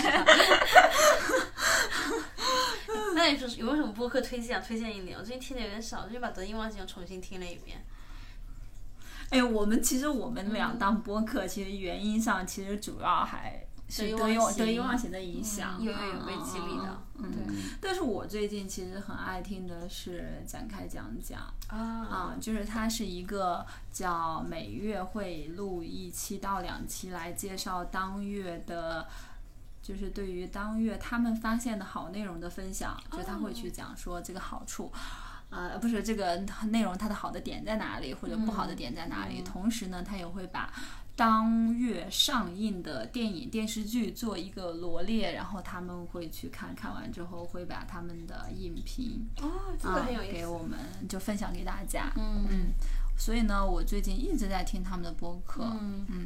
那你说有没有什么播客推荐想推荐一点？我最近听的有点少，最近把德音忘记又重新听了一遍。 哎，我们其实我们俩当播客，其实原因上其实主要还是得意得意忘形的影响， 嗯、有有有被激励的。 嗯，对。但是我最近其实很爱听的是展开讲讲啊、 啊，就是它是一个叫每月会录一期到两期来介绍当月的，就是对于当月他们发现的好内容的分享， 哦、 就他会去讲说这个好处。呃，不是这个内容它的好的点在哪里，或者不好的点在哪里。 嗯、 同时呢，他也会把当月上映的电影电视剧做一个罗列，然后他们会去看看完之后会把他们的影评哦，这个很有意思、 呃、给我们就分享给大家。 嗯嗯，所以呢，我最近一直在听他们的播客。 嗯嗯，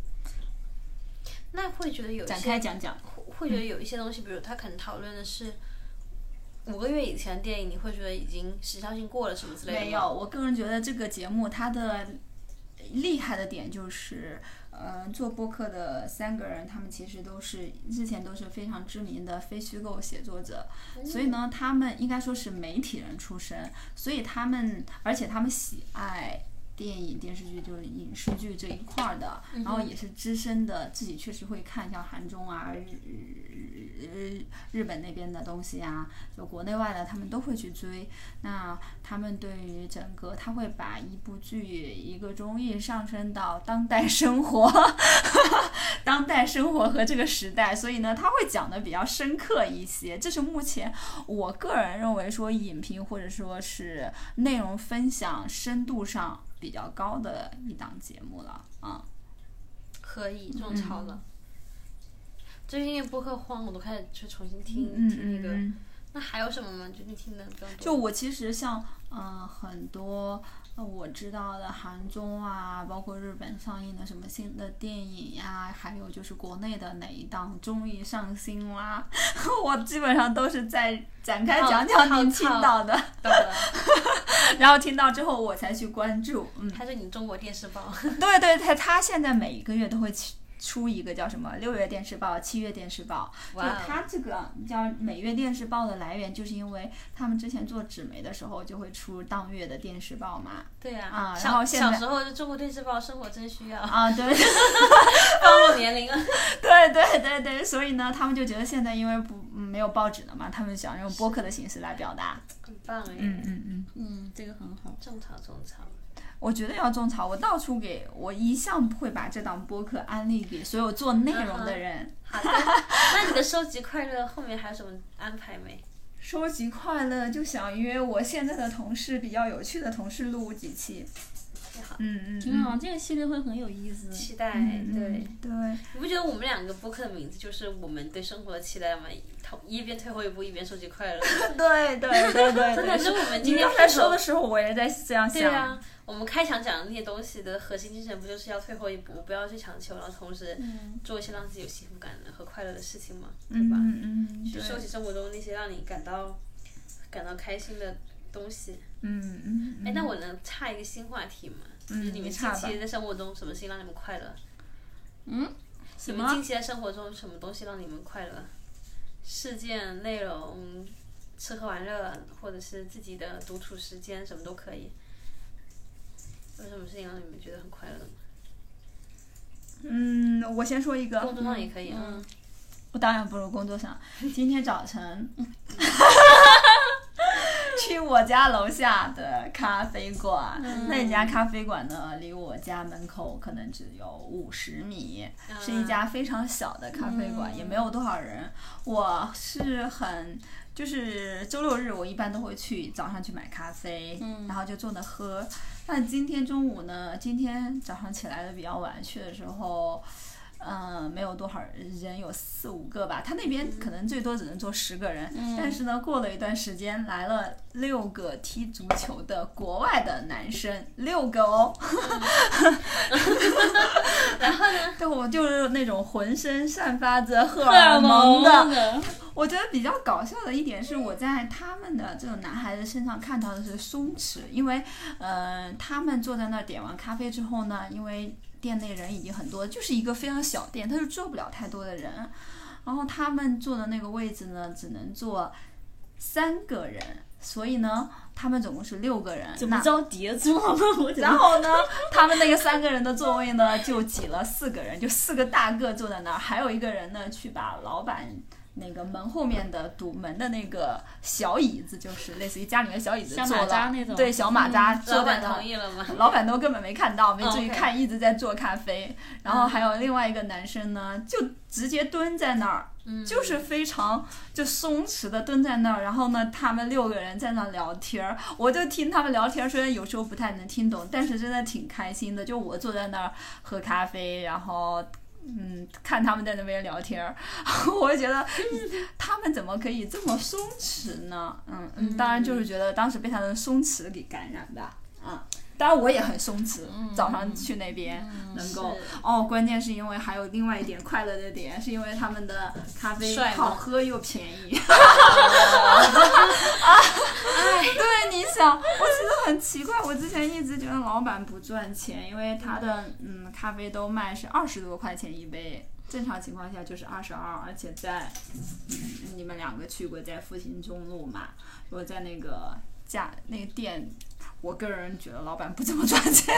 那会觉得有一些展开讲讲， 会觉得有一些东西，比如他可能讨论的是五个月以前的电影，你会觉得已经时效性过了什么之类的吗？ 没有，我个人觉得这个节目它的厉害的点就是，呃，做播客的三个人，他们其实都是之前都是非常知名的非虚构写作者， 嗯、 所以呢，他们应该说是媒体人出身，所以他们，而且他们喜爱电影、电视剧，就是影视剧这一块的， 嗯、 然后也是资深的，自己确实会看像韩中啊、日日日本那边的东西啊，就国内外的他们都会去追。那他们对于整个，他会把一部剧、一个综艺上升到当代生活，当代生活和这个时代，所以呢，他会讲的比较深刻一些。这是目前我个人认为说影评或者说是内容分享深度上比较高的一档节目了啊， 可以种草了。嗯、最近那个播客荒，我都开始去重新听、 嗯、 听那个。 嗯、 那还有什么吗？最近听的比较多。 就我其实像嗯、呃、很多呃我知道的韩综啊，包括日本上映的什么新的电影呀、啊，还有就是国内的哪一档综艺上新啦，我基本上都是在展开讲讲您听到的。 懂了。 然后听到之后我才去关注。嗯， 它是你中国电视报。 对对对，他现在每一个月都会出一个叫什么六月电视报、七月电视报。就他这个叫每月电视报的来源，就是因为他们之前做纸媒的时候就会出当月的电视报嘛。 对呀、 啊。啊，然后现在小时候就中国电视报，生活真需要。 啊，对。 暴露年龄了。 对对对对，所以呢，他们就觉得现在因为不没有报纸了嘛，他们想用播客的形式来表达。 很棒哎。 嗯嗯嗯嗯，这个很好。 种草种草。 我觉得要种草，我到处给我一向会把这档播客安利给所有做内容的人。 嗯、好的，那你的收集快乐后面还有什么安排没？ 收集快乐就想约我现在的同事，比较有趣的同事录几期。嗯嗯， 挺好，这个系列会很有意思。 期待， 嗯、 对对。 你不觉得我们两个播客的名字就是我们对生活的期待吗？一边退后一步，一边收集快乐。 对对对对， 真的是我们今天在说的时候，我也在这样想。 对啊，我们开场讲的那些东西的核心精神，不就是要退后一步，不要去强求，然后同时做一些让自己有幸福感的和快乐的事情嘛，对吧？ 嗯嗯。 去收集生活中那些让你感到感到开心的东西。 嗯嗯。 哎，那我能插一个新话题吗？ 嗯， 就是你们近期在生活中什么事情让你们快乐？ 嗯， 你们近期在生活中什么东西让你们快乐？事件、内容、吃喝玩乐，或者是自己的独处时间，什么都可以。有什么事情让你们觉得很快乐吗？ 嗯，我先说一个。 工作上也可以，嗯。 嗯我当然不如工作上。今天早晨去我家楼下的咖啡馆，嗯、那家咖啡馆呢，离我家门口可能只有五十米，嗯、是一家非常小的咖啡馆，嗯、也没有多少人。我是很。就是周六日我一般都会去早上去买咖啡，嗯、然后就坐那喝。但今天中午呢，今天早上起来的比较晚，去的时候，嗯，没有多少人，有四五个吧。他那边可能最多只能坐十个人，嗯、但是呢，过了一段时间，来了六个踢足球的国外的男生，六个哦。 然后呢？ 对，我就是那种浑身散发着荷尔蒙的。我觉得比较搞笑的一点是，我在他们的这种男孩子身上看到的是松弛，因为，呃，他们坐在那儿点完咖啡之后呢，因为店内人已经很多，就是一个非常小店，他就坐不了太多的人，然后他们坐的那个位置呢，只能坐三个人，所以呢，他们总共是六个人。 怎么着叠坐吗？ 然后呢，他们那个三个人的座位呢，就挤了四个人，就四个大个坐在那儿，还有一个人呢，去把老板。那个门后面的堵门的那个小椅子，就是类似于家里面小椅子坐了， 小马扎那种， 对，小马扎坐在那。 老板同意了吗？ 老板都根本没看到，没注意看， oh, okay. 一直在做咖啡。然后还有另外一个男生呢，就直接蹲在那儿，嗯、就是非常就松弛的蹲在那儿。然后呢，他们六个人在那聊天，我就听他们聊天，虽然有时候不太能听懂，但是真的挺开心的。就我坐在那儿喝咖啡，然后。嗯，看他们在那边聊天，我就觉得他们怎么可以这么松弛呢？嗯嗯，当然就是觉得当时被他的松弛给感染的啊。当然我也很松弛， 嗯、 早上去那边能够、 嗯、 哦，关键是因为还有另外一点快乐的点，是因为他们的咖啡好喝又便宜。啊，对，你想，我其实很奇怪，我之前一直觉得老板不赚钱，因为他的嗯咖啡都卖是二十多块钱一杯。正常情况下就是二十二，而且在、嗯、你们两个去过在复兴中路嘛，如果在那个价那个店，我个人觉得老板不怎么赚钱，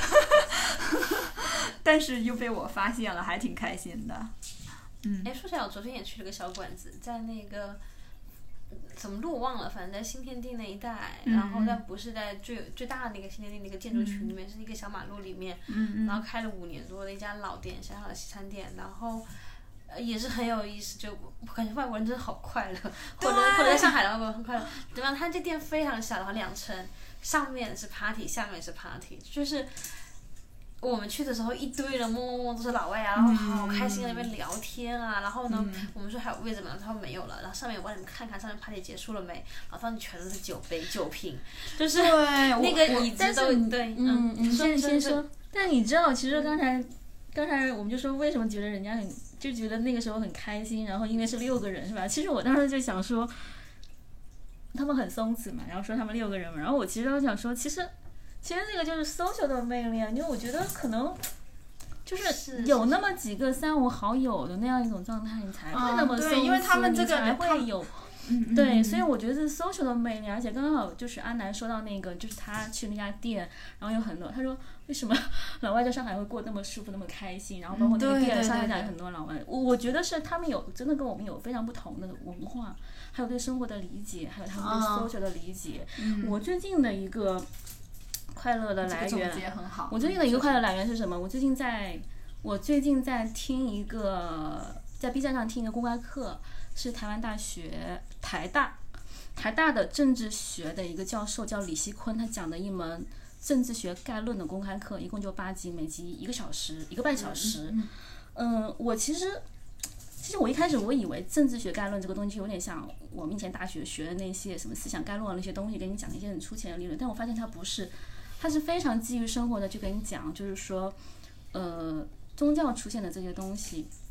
但是又被我发现了，还挺开心的。嗯， 哎，说起来，我昨天也去了个小馆子，在那个怎么路忘了，反正在新天地那一带， 嗯、 然后但不是在最最大的那个新天地那个建筑群里面，嗯、是一个小马路里面， 嗯、 然后开了五年多的一家老店，小小的西餐店，然后。呃，也是很有意思，就我感觉外国人真的好快乐，或者或者在上海的外国人很快乐。对吧？他这店非常小，然后两层，上面是 party， 下面是 party， 就是我们去的时候一堆人嗡嗡嗡都是老外啊，然后好开心在那边聊天啊，然后呢，嗯、我们说还有位置吗？他说没有了，然后上面我帮你们看看上面 party 结束了没，然后上面全都是酒杯酒瓶，就是那个椅子都对， 嗯，你先先说， 但你知道，其实刚才刚才我们就说为什么觉得人家很。就觉得那个时候很开心，然后因为是六个人是吧？其实我当时就想说，他们很松弛嘛，然后说他们六个人嘛，然后我其实我想说，其实其实这个就是 social 的魅力啊，因为我觉得可能就是有那么几个三五好友的那样一种状态，你才会那么松弛， 嗯、对，因为他们这个才会有。 嗯、 对，所以我觉得是 social 的魅力，而且刚好就是阿南说到那个，就是他去那家店，然后有很多，他说为什么老外在上海会过那么舒服、那么开心，然后包括那个店上面很多老外，我我觉得是他们有真的跟我们有非常不同的文化，还有对生活的理解，还有他们对 social 的理解。 嗯、 我最近的一个快乐的来源， 这个总结很好。 我最近的一个快乐来源是什么？我最近在，我最近在听一个在 B 站上听一个公开课。是台湾大学台大台大的政治学的一个教授叫李希坤，他讲的一门政治学概论的公开课，一共就八集，每集一个小时，一个半小时。嗯，嗯我其实其实我一开始我以为政治学概论这个东西有点像我们以前大学学的那些什么思想概论那些东西，给你讲一些很粗浅的理论，但我发现它不是，它是非常基于生活的去给你讲，就是说，呃，宗教出现的这些东西。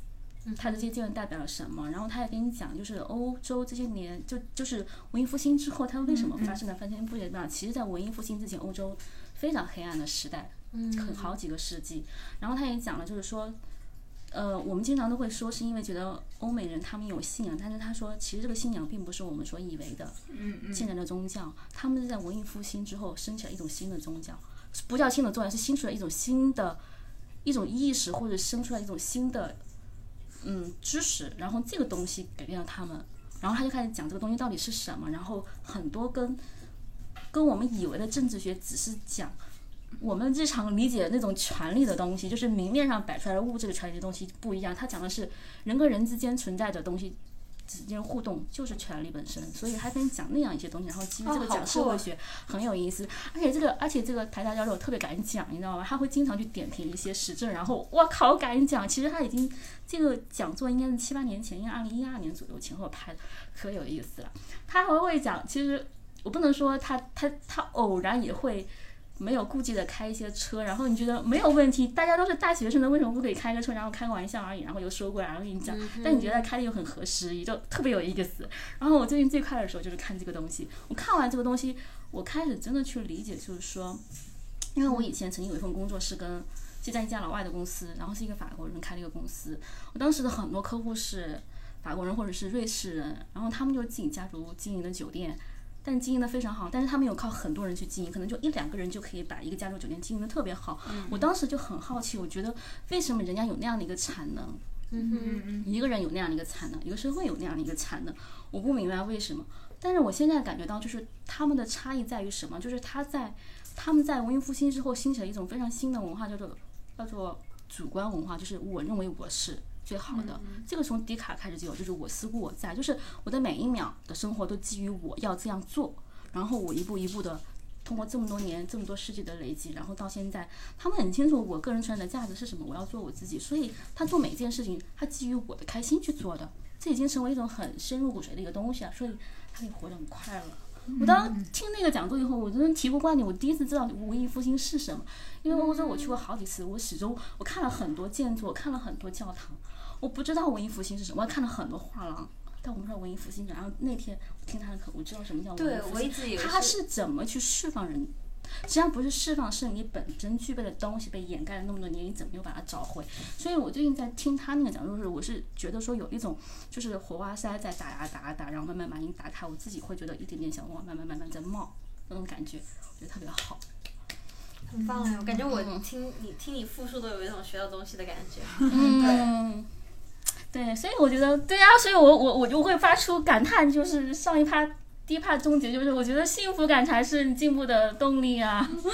它的这些阶段代表了什么，然后他也跟你讲，就是欧洲这些年就就是文艺复兴之后，它为什么发生了翻天覆地的变化。其实，在文艺复兴之前，欧洲非常黑暗的时代，很好几个世纪。然后他也讲了，就是说。呃，我们经常都会说是因为觉得欧美人他们有信仰，但是他说其实这个信仰并不是我们所以为的。 嗯嗯。 现在的宗教，他们是在文艺复兴之后升起了一种新的宗教，不叫新的宗教，是新出来一种新的一种意识，或者生出来一种新的嗯知识，然后这个东西改变了他们，然后他就开始讲这个东西到底是什么，然后很多跟跟我们以为的政治学只是讲。我们日常理解的那种权力的东西，就是明面上摆出来的物质的权力的东西不一样。他讲的是人跟人之间存在的东西之间互动，就是权力本身。所以还跟你讲那样一些东西，然后基于这个讲社会学很有意思。而且这个，而且这个台大教授特别敢讲，你知道吗？他会经常去点评一些时政，然后哇靠，敢讲！其实他已经这个讲座应该是七八年前，应该二零一二年左右前后拍的，可有意思了。他还会讲，其实我不能说他他他偶然也会。没有顾忌的开一些车，然后你觉得没有问题，大家都是大学生的，为什么不可以开个车，然后开个玩笑而已，然后又说过来，然后跟你讲， 嗯、 但你觉得开的又很合时宜，就特别有意思。然后我最近最快乐的时候就是看这个东西，我看完这个东西，我开始真的去理解，就是说，因为我以前曾经有一份工作是跟是在一家老外的公司，然后是一个法国人开了一个公司，我当时的很多客户是法国人或者是瑞士人，然后他们就自己家族经营的酒店。但经营的非常好，但是他们有靠很多人去经营，可能就一两个人就可以把一个家族酒店经营的特别好。 嗯、 我当时就很好奇，我觉得为什么人家有那样的一个产能， 嗯哼， 一个人有那样的一个产能，一个社会有那样的一个产能，我不明白为什么。但是我现在感觉到，就是他们的差异在于什么？就是他在他们在文艺复兴之后兴起了一种非常新的文化，叫做叫做主观文化，就是我认为我是。最好的， 嗯、 这个从笛卡尔开始就有，就是我思故我在，就是我的每一秒的生活都基于我要这样做，然后我一步一步的通过这么多年这么多世纪的累积，然后到现在他们很清楚我个人存在的价值是什么，我要做我自己，所以他做每一件事情他基于我的开心去做的，这已经成为一种很深入骨髓的一个东西啊，所以他可以活得很快乐。我当听那个讲座以后，我真的醍醐灌顶。我第一次知道文艺复兴是什么，因为欧洲我去过好几次，我始终我看了很多建筑，我看了很多教堂，我不知道文艺复兴是什么。我还看了很多画廊，但我不知道文艺复兴。然后那天我听他的课，我知道什么叫文艺复兴，他是怎么去释放人。实际上不是释放，是你本身具备的东西被掩盖了那么多年，你怎么又把它找回？所以我最近在听他那个讲座时，我是觉得说有一种就是火花塞在打啊打啊打，然后慢慢把你打开，我自己会觉得一点点小光慢慢慢慢在冒那种感觉，我觉得特别好。 很棒哎！我感觉我听你听你复述都有一种学到东西的感觉。 嗯，对，对，所以我觉得对啊，所以我我我就会发出感叹，就是上一趴。第一趴终结就是，我觉得幸福感才是你进步的动力啊！ 是，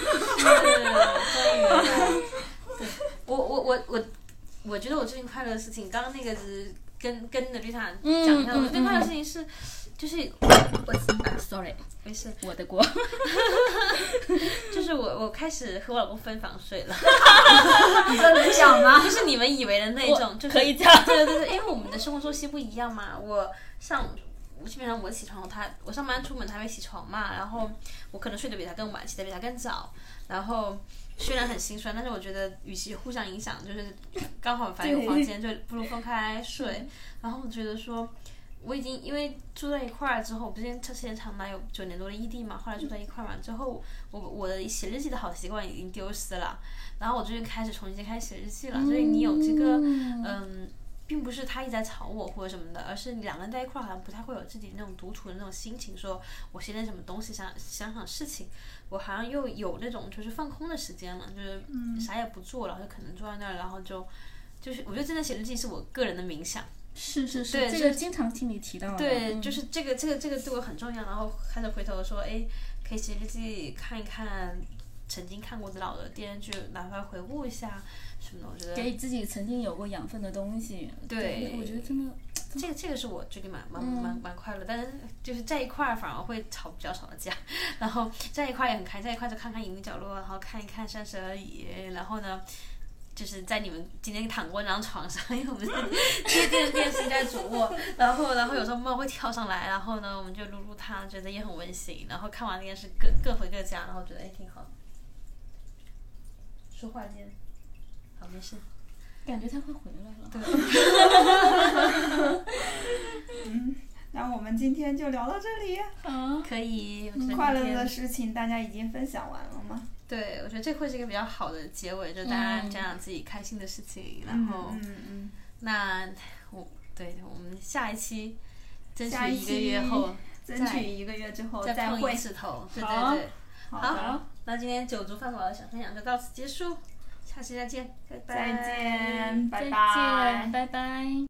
对，我我我我，我觉得我最近快乐的事情，刚刚那个是跟跟的绿塔讲一下， 嗯、 我最快乐的事情是，就是我、 啊、，sorry， 没事， 我的锅， 就是我我开始和我老公分房睡了。 你这能讲吗？ 就是你们以为的那种，就是可以讲， 对对对，因为我们的生活作息不一样嘛，我上。基本上我起床，他我上班出门他会起床嘛，然后我可能睡得比他更晚，起得比他更早，然后虽然很心酸，但是我觉得与其互相影响，就是刚好反正有房间就不如分开睡。然后我觉得说，我已经因为住在一块儿之后，不是时间长嘛，有九年多的异地嘛，后来住在一块儿嘛之后，我我的写日记的好习惯已经丢失了，然后我最近开始重新开始写日记了，所以你有这个嗯。并不是他一直在吵我或者什么的，而是两个人在一块好像不太会有自己那种独处的那种心情，说我写点什么东西，想想想事情，我好像又有那种就是放空的时间了，就是啥也不做，然后就可能坐在那儿，然后就就是我觉得真的写日记是我个人的冥想。 是是是， 对， 这个经常听你提到的。 对，就是这个这个这个对我很重要，然后开始回头说，哎，可以写日记看一看曾经看过的老的电视剧，拿出来回顾一下什么的，我觉得给自己曾经有过养分的东西。 对， 对我觉得真的， 这个这个是我最近蛮蛮蛮蛮快乐，但是就是在一块儿反而会吵比较吵的架，然后在一块也很开，在一块就看看隐秘角落，然后看一看三十而已，然后呢。就是在你们今天躺过那张床上，因为我们贴电电视在主卧，然后然后有时候猫会跳上来，然后呢我们就撸撸它，觉得也很温馨。然后看完电视各各回各家，然后觉得哎挺好。说话间，好没事。 感觉他快回来了。 对， 嗯，那我们今天就聊到这里。 啊， 可以。我觉得快乐今天的事情大家已经分享完了吗？ 对，我觉得这会是一个比较好的结尾，就大家讲讲自己开心的事情，然后、 嗯嗯嗯， 那我对我们下一期争下一取一个月后争取一个月之后再碰会一次头，对好对对。 好好，那今天九族饭宝的小分享就到此结束，下期再见，拜拜。 再见，拜再拜见，拜拜。